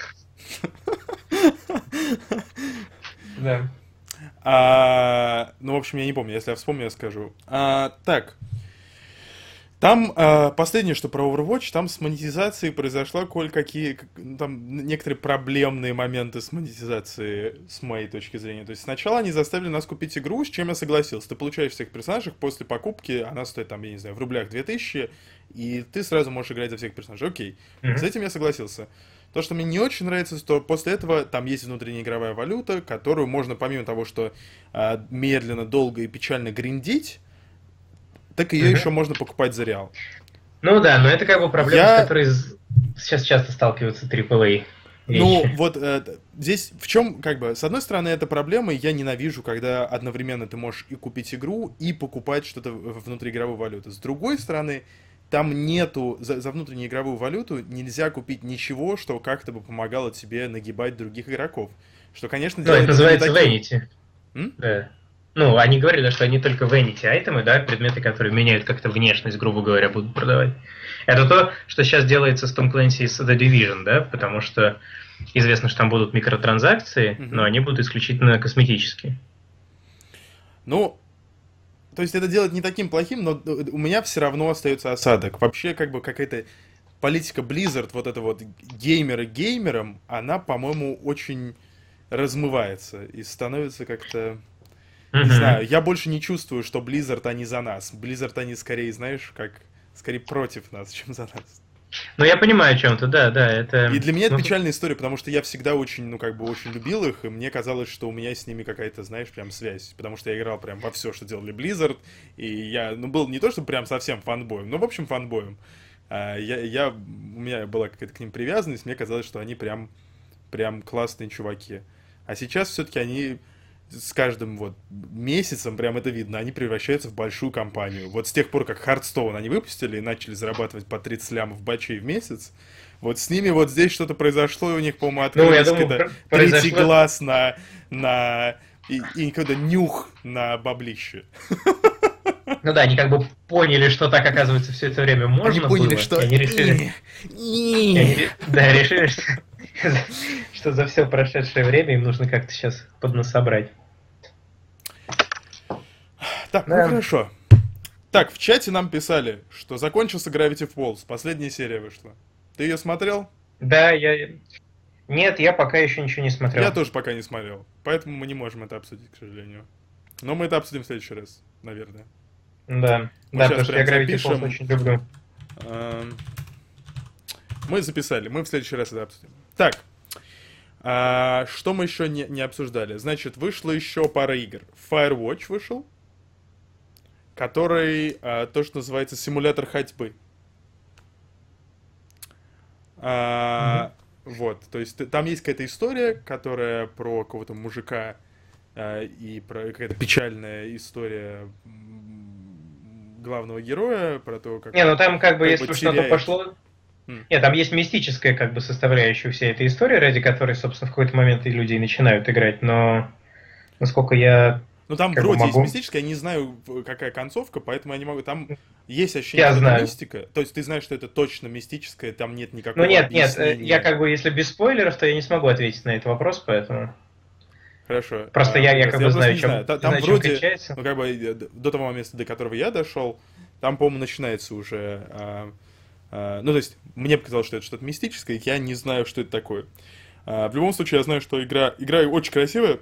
Да. Ну, в общем, я не помню. Если я вспомню, я скажу. Так. Там последнее, что про Overwatch, там с монетизацией произошла кое-какие, там некоторые проблемные моменты с монетизацией, с моей точки зрения. То есть сначала они заставили нас купить игру, с чем я согласился. Ты получаешь всех персонажей, после покупки она стоит там, я не знаю, в рублях 2000, и ты сразу можешь играть за всех персонажей. Окей, с Мгм. этим я согласился. То, что мне не очень нравится, что после этого там есть внутренняя игровая валюта, которую можно, помимо того, что медленно, долго и печально гриндить, так ее еще Мгм. можно покупать за реал. Ну да, но это как бы проблема, с Я, которой сейчас часто сталкиваются AAA ну, вещи. вот здесь в чем, как бы, с одной стороны, это проблема, и я ненавижу, когда одновременно ты можешь и купить игру, и покупать что-то внутриигровую валюту. С другой стороны, там нету, за внутреннюю игровую валюту нельзя купить ничего, что как-то бы помогало тебе нагибать других игроков. Что, конечно, Ну, это делает это не называется таким... Vanity. М? Да. Ну, они говорили, что они только vanity айтемы, да, предметы, которые меняют как-то внешность, грубо говоря, будут продавать. Это то, что сейчас делается с Tom Clancy's The Division, да, потому что известно, что там будут микротранзакции, но Мгм. они будут исключительно косметические. Ну, то есть это делать не таким плохим, но у меня все равно остается осадок. Вообще, как бы какая-то политика Blizzard, вот это вот геймеры геймерам, она, по-моему, очень размывается и становится как-то... Не Мгм. знаю, я больше не чувствую, что Blizzard они за нас. Blizzard они скорее, знаешь, как... Скорее против нас, чем за нас. Ну, я понимаю о чем ты, да, да, И это... для меня это Ну, тут... печальная история, потому что я всегда очень, ну, как бы, очень любил их, и мне казалось, что у меня с ними какая-то, знаешь, прям связь. Потому что я играл прям во все, что делали Blizzard, и я, ну, был не то, что прям совсем фанбоем, но, в общем, фанбоем. У меня была какая-то к ним привязанность, мне казалось, что они прям классные чуваки. А сейчас все-таки они с каждым вот месяцем, прям это видно, они превращаются в большую компанию. Вот с тех пор, как Hearthstone они выпустили и начали зарабатывать по 30 лямов бачей в месяц, вот с ними вот здесь что-то произошло, и у них, по-моему, Ну, я открылись думаю, какой-то третий произошло... глаз и какой-то нюх на баблище. Ну да, они как бы поняли, что так, оказывается, все это время Они можно поняли, было, что... и они решили... Да, решили, что за все прошедшее время им нужно как-то сейчас поднасобрать. Так, ну Да, хорошо. Так, в чате нам писали, что закончился Gravity Falls, последняя серия вышла. Ты ее смотрел? да, я... Нет, я пока еще ничего не Я смотрел. тоже пока не смотрел, поэтому мы не можем это обсудить, к сожалению. Но мы это обсудим в следующий раз, наверное. Да, Мы да, сейчас потому что я прям Gravity Falls запишем. очень люблю. эм, Мы записали, мы в следующий раз это обсудим. Так, что мы еще не обсуждали? Значит, вышло еще пара игр. Firewatch вышел, который то, что называется симулятор ходьбы. Мгм. Вот, то есть там есть какая-то история, которая про какого-то мужика и про какая-то печальная история главного героя, про то, Не, ну там как бы, как бы если что-то теряет... пошло... М. Нет, там есть мистическая как бы составляющая всей этой истории, ради которой, собственно, в какой-то момент и люди и начинают играть, но насколько я Ну там как бы вроде есть могу... мистическая, я не знаю, какая концовка, поэтому я не могу... Там есть ощущение, Я что это знаю. мистика, то есть ты знаешь, что это точно мистическое, там нет Ну никакого нет, нет, я объяснения. как бы, если без спойлеров, то я не смогу ответить на этот вопрос, поэтому... Хорошо, Просто я как я бы просто знаю, не знаю. Там знаю, чем вроде, кончается. ну как бы до того момента, до которого я дошел, там, по-моему, начинается уже... ну, то есть, мне показалось, что это что-то мистическое, я не знаю, что это такое. В любом случае, я знаю, что игра очень красивая,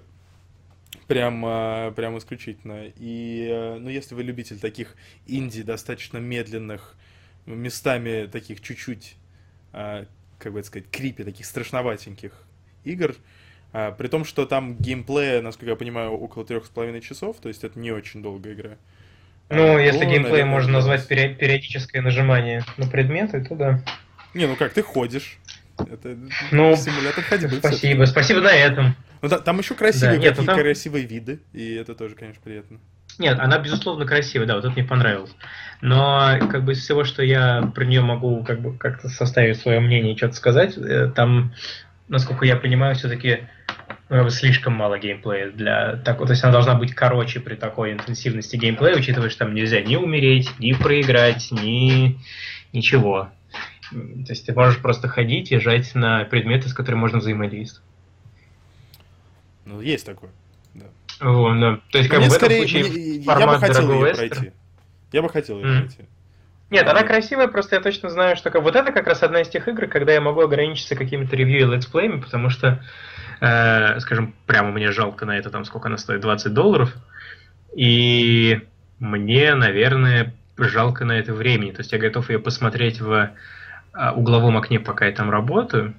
прям исключительно. И, ну, если вы любитель таких инди, достаточно медленных, местами таких чуть-чуть, как бы это сказать, крипи, таких страшноватеньких игр, при том, что там геймплея, насколько я понимаю, около 3,5 часов, то есть это не очень долгая игра, Ну, если то, геймплей наверное, можно для назвать вас. периодическое нажимание на предметы, то да. Не, ну как, ты ходишь. Это Ну, симулятор ходьбы все-таки. спасибо, спасибо на этом. Ну, там еще Да, красивые нет, ну какие там... красивые виды, и это тоже, конечно, приятно. Нет, она, безусловно, красивая, да, вот это мне понравилось. Но, как бы, из всего, что я про нее могу, как бы, как-то составить свое мнение и что-то сказать, там, насколько я понимаю, все-таки слишком мало геймплея для такого. То есть она должна быть короче при такой интенсивности геймплея, учитывая, что там нельзя ни умереть, ни проиграть, ни ничего. То есть ты можешь просто ходить и жать на предметы, с которыми можно взаимодействовать. Ну, есть такое, да. Вот, да. То есть, как бы Мне в этом скорее, случае я бы формат хотел ее дорогого эстера. пройти. Я бы хотел ее Мгм. пройти. Нет, она А, красивая, просто я точно знаю, что вот это как раз одна из тех игр, когда я могу ограничиться какими-то ревью и летсплеями, потому что, скажем, прямо мне жалко на это, там, сколько она стоит, $20, и мне, наверное, жалко на это времени. То есть я готов ее посмотреть в угловом окне, пока я там работаю.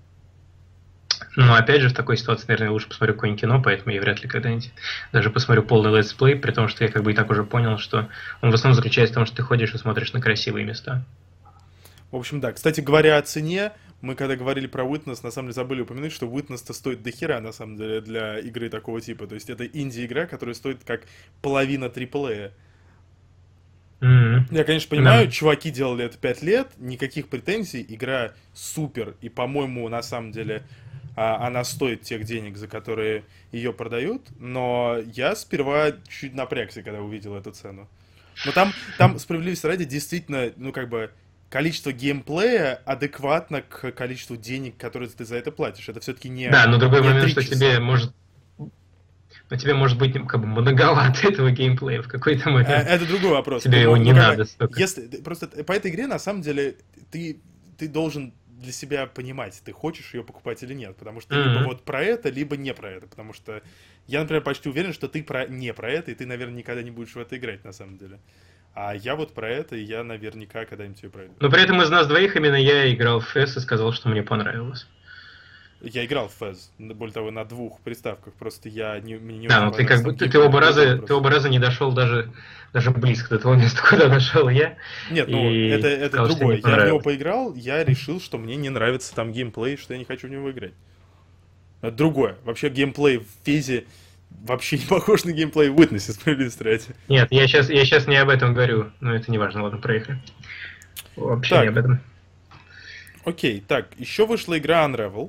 Но опять же, в такой ситуации, наверное, лучше посмотрю какое-нибудь кино, поэтому я вряд ли когда-нибудь даже посмотрю полный летсплей, при том, что я как бы и так уже понял, что он в основном заключается в том, что ты ходишь и смотришь на красивые места. в общем, да. Кстати, говоря о цене, мы когда говорили про Witness, на самом деле забыли упомянуть, что Witness-то стоит дохера, на самом деле, для игры такого типа. То есть это инди-игра, которая стоит как половина AAA. М-м. Я, конечно, Да. понимаю, чуваки делали это 5 лет, никаких претензий, игра супер, и, по-моему, на самом деле она стоит тех денег, за которые ее продают, но я сперва чуть напрягся, когда увидел эту цену. Но там справедливости ради, действительно, ну, как бы, количество геймплея адекватно к количеству денег, которые ты за это платишь. Это все-таки Да, но другой не момент, 3 что тебе часа. может... Но тебе, может быть, как бы многовато этого геймплея в какой-то момент. Это другой вопрос. Тебе его не надо столько. Если просто по этой игре, на самом деле, ты должен для себя понимать, ты хочешь ее покупать или нет. Потому что либо вот про это, либо не про это. Потому что я, например, почти уверен, что ты не про это, и ты, наверное, никогда не будешь в это играть, на самом деле. А я вот про это, и я наверняка когда-нибудь ее пройду. Но при этом из нас двоих именно я играл в FES и сказал, что мне понравилось. Я играл в FES, более того, на 2 приставках, просто мне не Да, очень но ты как бы понравился там ты оба раза не дошел даже близко до того места, куда дошел я. Нет, ну и это сказал, что другое. не Я в него понравилось. поиграл, я решил, что мне не нравится там геймплей, что я не хочу в него играть. Это другое. Вообще геймплей в Фезе вообще не похож на геймплей в Witness, справедливости ради. Нет, я сейчас не об этом говорю, но это не важно, ладно, проехали. Вообще Так. не об этом. Окей, так, еще вышла игра Unravel.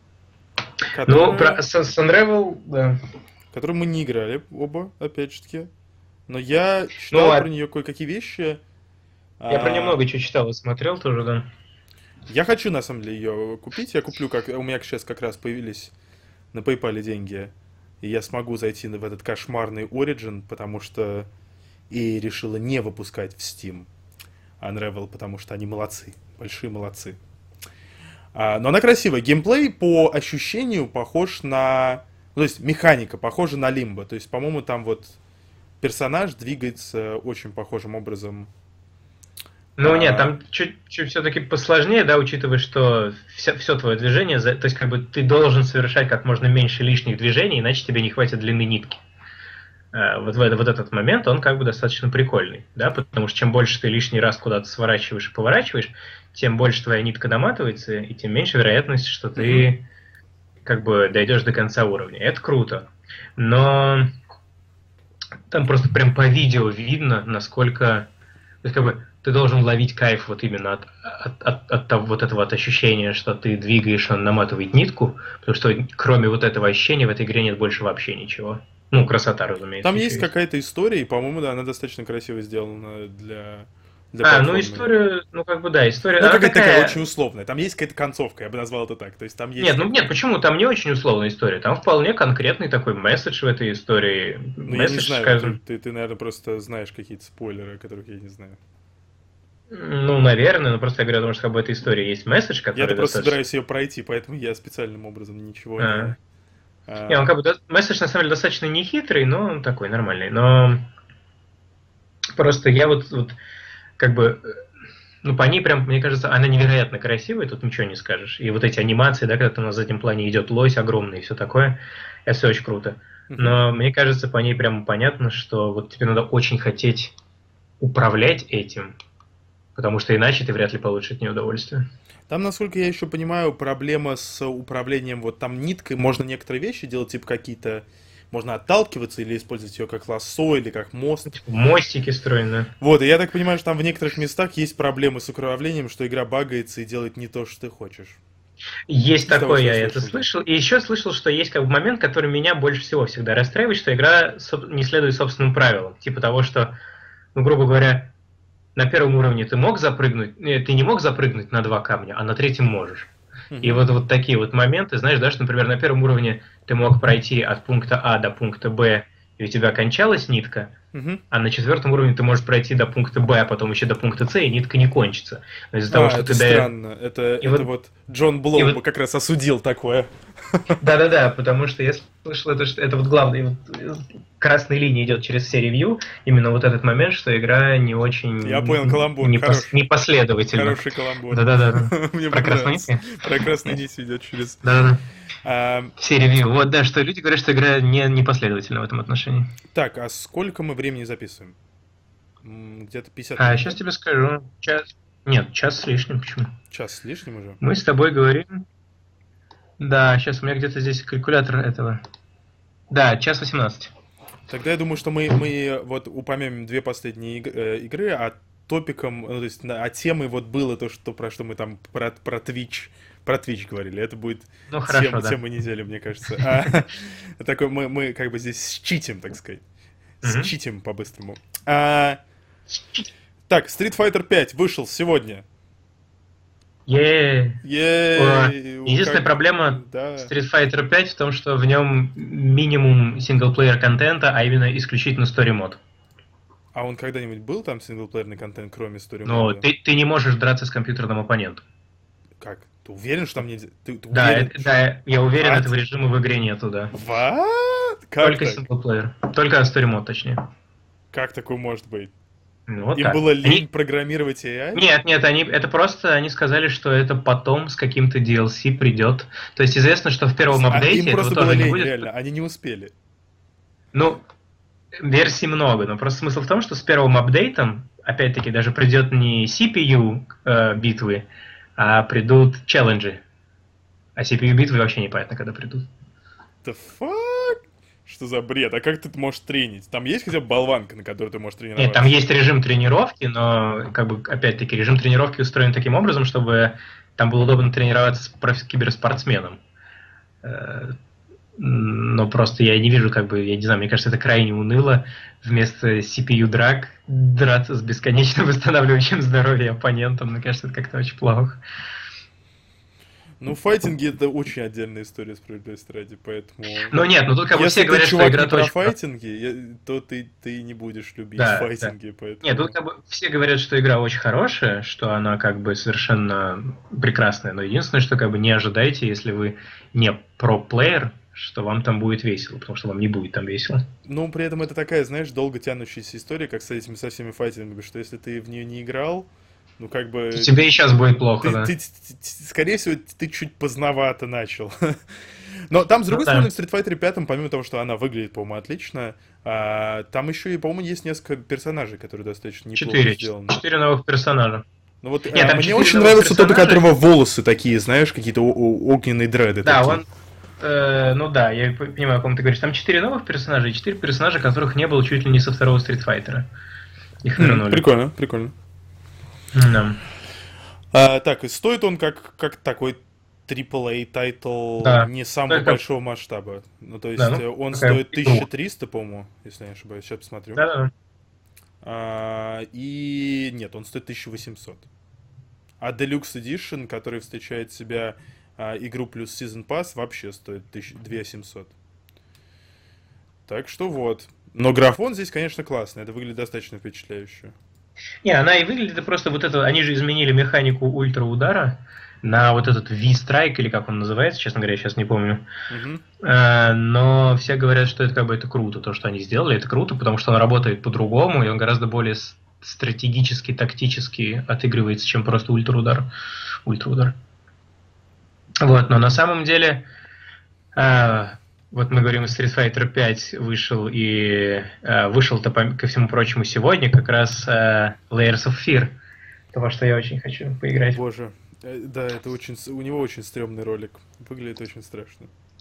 Ну, с Unravel, да. Которую мы не играли оба, опять же таки. Но я читал про нее кое-какие вещи. Я про нее много чего читал и смотрел тоже, да. Я хочу, на самом деле, ее купить. Я куплю, у меня сейчас как раз появились на PayPal деньги. И я смогу зайти в этот кошмарный Origin, потому что EA решила не выпускать в Steam Unravel, потому что они молодцы. Большие молодцы. Но она красивая. Геймплей по ощущению похож на... То есть механика похожа на Limbo. То есть, по-моему, там вот персонаж двигается очень похожим образом. Ну нет, там чуть все-таки посложнее, да, учитывая, что все твое движение, то есть как бы ты должен совершать как можно меньше лишних движений, иначе тебе не хватит длины нитки. Вот этот момент, он как бы достаточно прикольный, да, потому что чем больше ты лишний раз куда-то сворачиваешь и поворачиваешь, тем больше твоя нитка наматывается, и тем меньше вероятность, что ты как бы дойдешь до конца уровня. Это круто. Но там просто прям по видео видно, насколько... То есть как бы ты должен ловить кайф вот именно от вот этого ощущения, что ты двигаешь, он наматывает нитку, потому что кроме вот этого ощущения в этой игре нет больше вообще ничего. Ну, красота, разумеется. Там есть какая-то история, и, по-моему, да, она достаточно красиво сделана для ну история, ну как бы да, история... Ну, какая-то такая очень условная. Там есть какая-то концовка, я бы назвал это так. То есть там есть... Нет, почему? Там не очень условная история. Там вполне конкретный такой месседж в этой истории. Ну, я не знаю, скажем... ты, наверное, просто знаешь какие-то спойлеры, которых я не знаю. Ну, наверное, но просто я говорю о том, что как бы этой истории есть месседж, который... Я просто собираюсь ее пройти, поэтому я специальным образом ничего не... Не, он как бы месседж на самом деле достаточно нехитрый, но он такой нормальный. Но просто я вот как бы, ну, по ней прям, мне кажется, она невероятно красивая, тут ничего не скажешь. И вот эти анимации, да, когда там на заднем плане идет лось огромный и все такое, это все очень круто. Но мне кажется, по ней прям понятно, что вот тебе надо очень хотеть управлять этим, потому что иначе ты вряд ли получишь от нее удовольствие. Там, насколько я еще понимаю, проблема с управлением, вот там ниткой можно некоторые вещи делать, типа какие-то... Можно отталкиваться или использовать ее как лассо, или как мост. Мостики строены. Вот, и я так понимаю, что там в некоторых местах есть проблемы с управлением, что игра багается и делает не то, что ты хочешь. Есть такое, я это слышал. И еще слышал, что есть как бы момент, который меня больше всего всегда расстраивает, что игра не следует собственным правилам. Типа того, что, ну, грубо говоря, на первом уровне ты не мог запрыгнуть на 2 камня, а на третьем можешь. И вот такие вот моменты, знаешь, да, что, например, на первом уровне ты мог пройти от пункта А до пункта Б, и у тебя кончалась нитка, а на 4 уровне ты можешь пройти до пункта Б, а потом еще до пункта С, и нитка не кончится. Но из-за того, что это странно. Это вот Джон Блоу как раз осудил такое. Да-да-да, потому что я слышал, это вот главный, красной линией идет через все ревью, именно вот этот момент, что игра не очень... Я понял, каламбур, непоследовательно. Хороший каламбур. Да-да-да. Мне про красную нить? Про красную нить идет через... Да-да-да. Все ревью. Вот, да, что люди говорят, что игра непоследовательна в этом отношении. Так, а сколько мы времени записываем? Где-то 50 минут. Сейчас тебе скажу. Час с лишним, почему? Час с лишним уже? Мы с тобой говорим... Да, сейчас у меня где-то здесь калькулятор этого. Да, 1:18. Тогда я думаю, что мы вот упомянем 2 последние игры, а топиком, ну, то есть, а темой вот было то, про что мы там про Twitch говорили. Это будет тема недели, мне кажется. Такой мы как бы здесь считим, так сказать. Считим по-быстрому. Так, Street Fighter 5 вышел сегодня. Е. Единственная Как... проблема Да. Street Fighter 5 в том, что в нем минимум синглплеер контента, а именно исключительно story мод. А он когда-нибудь был там синглплеерный контент, кроме story Но мода? ты не можешь драться с компьютерным оппонентом. Как? Ты уверен, что там нельзя? Ты Да, уверен? да, я уверен, What? этого режима в игре нету, да. What? Как Только так? синглплеер. Только story мод, точнее. Как такое может быть? Ну, вот Им так. было лень программировать AI? Нет, они сказали, что это потом с каким-то DLC придет. То есть известно, что в первом апдейте Им этого просто было тоже не лень, будет. реально. Они не успели. Ну, версий много, но просто смысл в том, что с первым апдейтом, опять-таки, даже придет не CPU битвы, а придут челленджи. А CPU битвы вообще непонятно, когда придут. The fuck? Что за бред? А как ты можешь тренить? Там есть хотя бы болванка, на которой ты можешь тренироваться? Нет, там есть режим тренировки, но, как бы, опять-таки, режим тренировки устроен таким образом, чтобы там было удобно тренироваться с киберспортсменом. Но просто я не вижу, как бы, я не знаю, мне кажется, это крайне уныло вместо CPU драк драться с бесконечно восстанавливающим здоровье оппонентом. Мне кажется, это как-то очень плохо. Ну, файтинги — это очень отдельная история, справедливости ради, поэтому... Ну нет, ну тут как бы Если все ты, говорят, чувак, что игра не про точно... файтинги, то ты не будешь любить Да, файтинги, да. поэтому... Нет, тут как бы все говорят, что игра очень хорошая, что она как бы совершенно прекрасная, но единственное, что как бы не ожидайте, если вы не про-плеер, что вам там будет весело, потому что вам не будет там весело. Ну, при этом это такая, знаешь, долго тянущаяся история, как с этими со всеми файтингами, что если ты в нее не играл, ну, как бы... Тебе и сейчас будет плохо, да. Скорее всего, ты чуть поздновато начал. Но там, с другой стороны, в Street Fighter 5, помимо того, что она выглядит, по-моему, отлично, там еще и, по-моему, есть несколько персонажей, которые достаточно неплохо сделаны. 4 новых персонажа. Ну вот Нет, мне очень нравится тот, у которого волосы такие, знаешь, какие-то огненные дреды. Да, такие. он... ну да, я понимаю, о ком ты говоришь. Там 4 новых персонажа и 4 персонажа, которых не было чуть ли не со второго Street Fighter. Их вернули. Прикольно, прикольно. Да. Так, и стоит он как такой AAA тайтл, Да. не самого большого масштаба. Ну, то есть Да, он стоит 1300, по-моему, если я не ошибаюсь. Сейчас посмотрю. Да. И нет, он стоит 1800. А Deluxe Edition, который встречает в себя игру плюс Season Pass, вообще стоит 2700. Так что вот. Но графон здесь, конечно, классный. Это выглядит достаточно впечатляюще. Не, она и выглядит просто вот это... Они же изменили механику ультра-удара на вот этот V-Strike, или как он называется, честно говоря, я сейчас не помню. Но все говорят, что это как бы это круто, то, что они сделали, это круто, потому что он работает по-другому, и он гораздо более стратегически, тактически отыгрывается, чем просто ультра-удар. Вот, но на самом деле... Вот мы говорим, Street Fighter 5 вышел, и вышел-то, ко всему прочему, сегодня как раз Layers of Fear. То, во что я очень хочу поиграть. Боже, да, это у него очень стрёмный ролик. Выглядит очень страшно.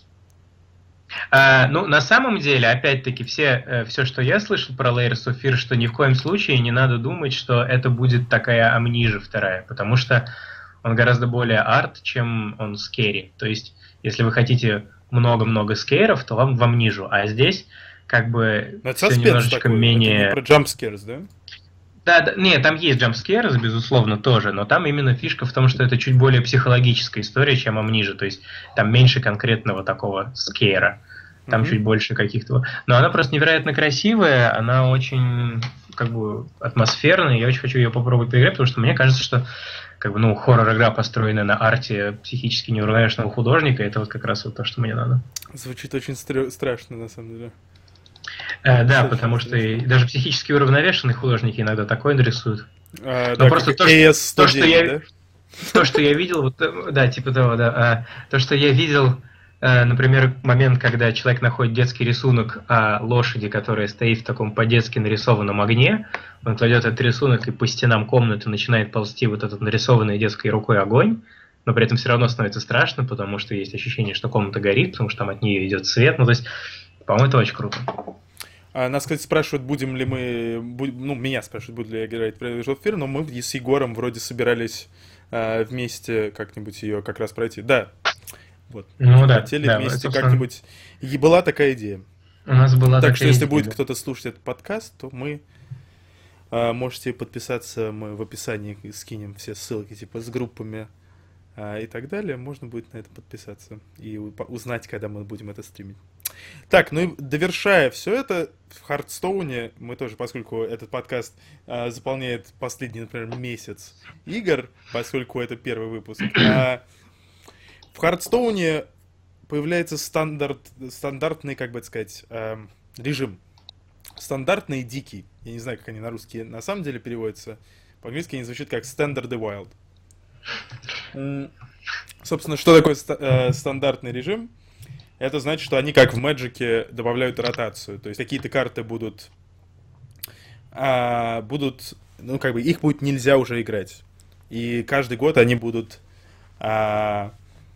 Ну, на самом деле, опять-таки, все, что я слышал про Layers of Fear, что ни в коем случае не надо думать, что это будет такая Amnesia вторая, потому что он гораздо более арт, чем он скери. То есть, если вы хотите... много-много скейров, то вам в Amnesia. А здесь как бы все немножечко такой, менее... Это не про jumpscares, да? Да, нет, там есть jumpscares, безусловно, тоже, но там именно фишка в том, что это чуть более психологическая история, чем Amnesia, то есть там меньше конкретного такого скейра, там чуть больше каких-то... Но она просто невероятно красивая, она очень как бы атмосферная, я очень хочу ее попробовать поиграть, потому что мне кажется, что как бы, хоррор-игра, построенная на арте психически неуравновешенного художника, это вот как раз вот то, что мне надо. Звучит очень страшно, на самом деле. Да, потому что даже психически уравновешенные художники иногда такое нарисуют. Но просто то, что я видел, вот, да, типа того, да, то, что я видел, например, момент, когда человек находит детский рисунок о лошади, которая стоит в таком по-детски нарисованном огне, он кладет этот рисунок и по стенам комнаты начинает ползти вот этот нарисованный детской рукой огонь, но при этом все равно становится страшно, потому что есть ощущение, что комната горит, потому что там от нее идет свет. Ну, то есть, по-моему, это очень круто. Нас, кстати, спрашивают, будем ли мы... меня спрашивают, буду ли я играть в Layers of Fear, но мы с Егором вроде собирались вместе как-нибудь ее как раз пройти. Да. Вот. Хотели вместе как-нибудь... И была такая идея. У нас была так что, если будет кто-то слушать этот подкаст, то мы... можете подписаться, мы в описании скинем все ссылки, типа, с группами и так далее, можно будет на это подписаться и узнать, когда мы будем это стримить. Так, ну и довершая все это, в Хардстоуне мы тоже, поскольку этот подкаст заполняет последний, например, месяц игр, поскольку это первый выпуск, в Хардстоуне появляется стандартный, как бы это сказать, режим. Стандартный и дикий. Я не знаю, как они на русский на самом деле переводятся. По-английски они звучат как Standard и Wild. Собственно, что такое стандартный режим? Это значит, что они, как в Мэджике, добавляют ротацию. То есть какие-то карты будут, ну, как бы, их будет нельзя уже играть. И каждый год они будут, как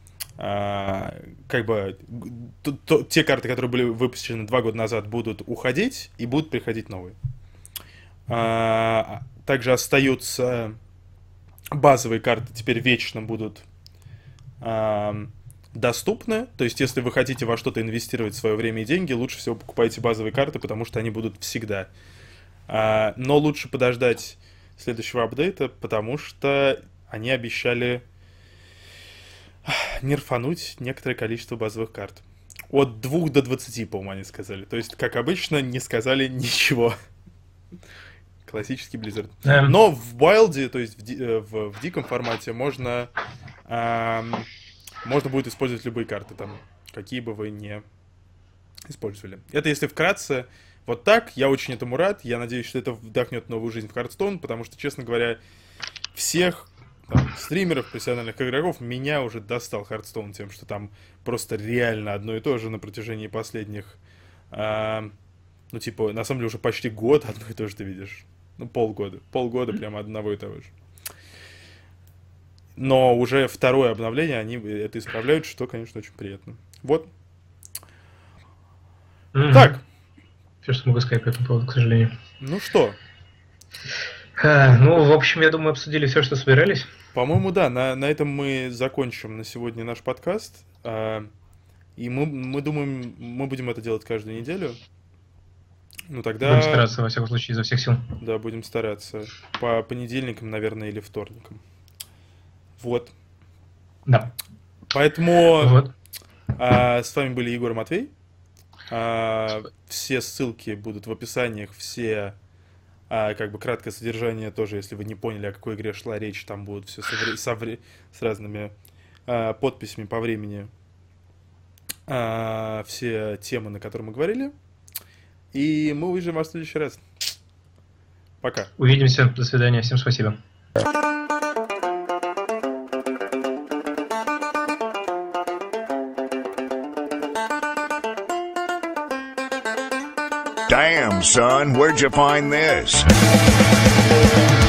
бы, те карты, которые были выпущены 2 года назад, будут уходить, и будут приходить новые. Также остаются базовые карты, теперь вечно будут доступны. То есть, если вы хотите во что-то инвестировать свое время и деньги, лучше всего покупайте базовые карты, потому что они будут всегда. Но лучше подождать следующего апдейта, потому что они обещали нерфануть некоторое количество базовых карт. От 2 до 20, по-моему, они сказали. То есть, как обычно, не сказали ничего. Классический Blizzard. Но в Wild'е, то есть в диком формате, можно будет использовать любые карты там, какие бы вы не использовали. Это если вкратце. Вот так, я очень этому рад. Я надеюсь, что это вдохнет новую жизнь в Hearthstone, потому что, честно говоря, всех там, стримеров, профессиональных игроков меня уже достал Hearthstone тем, что там просто реально одно и то же на протяжении последних, ну, типа, на самом деле уже почти год одно и то же ты видишь. Ну, полгода. Полгода прямо одного и того же. Но уже второе обновление, они это исправляют, что, конечно, очень приятно. Вот. Так. Все, что могу сказать по этому поводу, к сожалению. Ну что? Ну, в общем, я думаю, обсудили все, что собирались. По-моему, да. На этом мы закончим на сегодня наш подкаст. И мы думаем, мы будем это делать каждую неделю. Ну, тогда... Будем стараться, во всяком случае, изо всех сил. Да, будем стараться. По понедельникам, наверное, или вторникам. Вот. Да. Поэтому вот. С вами были Егор и Матвей. Все ссылки будут в описаниях, все как бы краткое содержание тоже, если вы не поняли, о какой игре шла речь, там будут все с разными подписями по времени, все темы, на которые мы говорили. И мы увидим вас в следующий раз. Пока. Увидимся. До свидания. Всем спасибо. Damn, son, where'd you find this?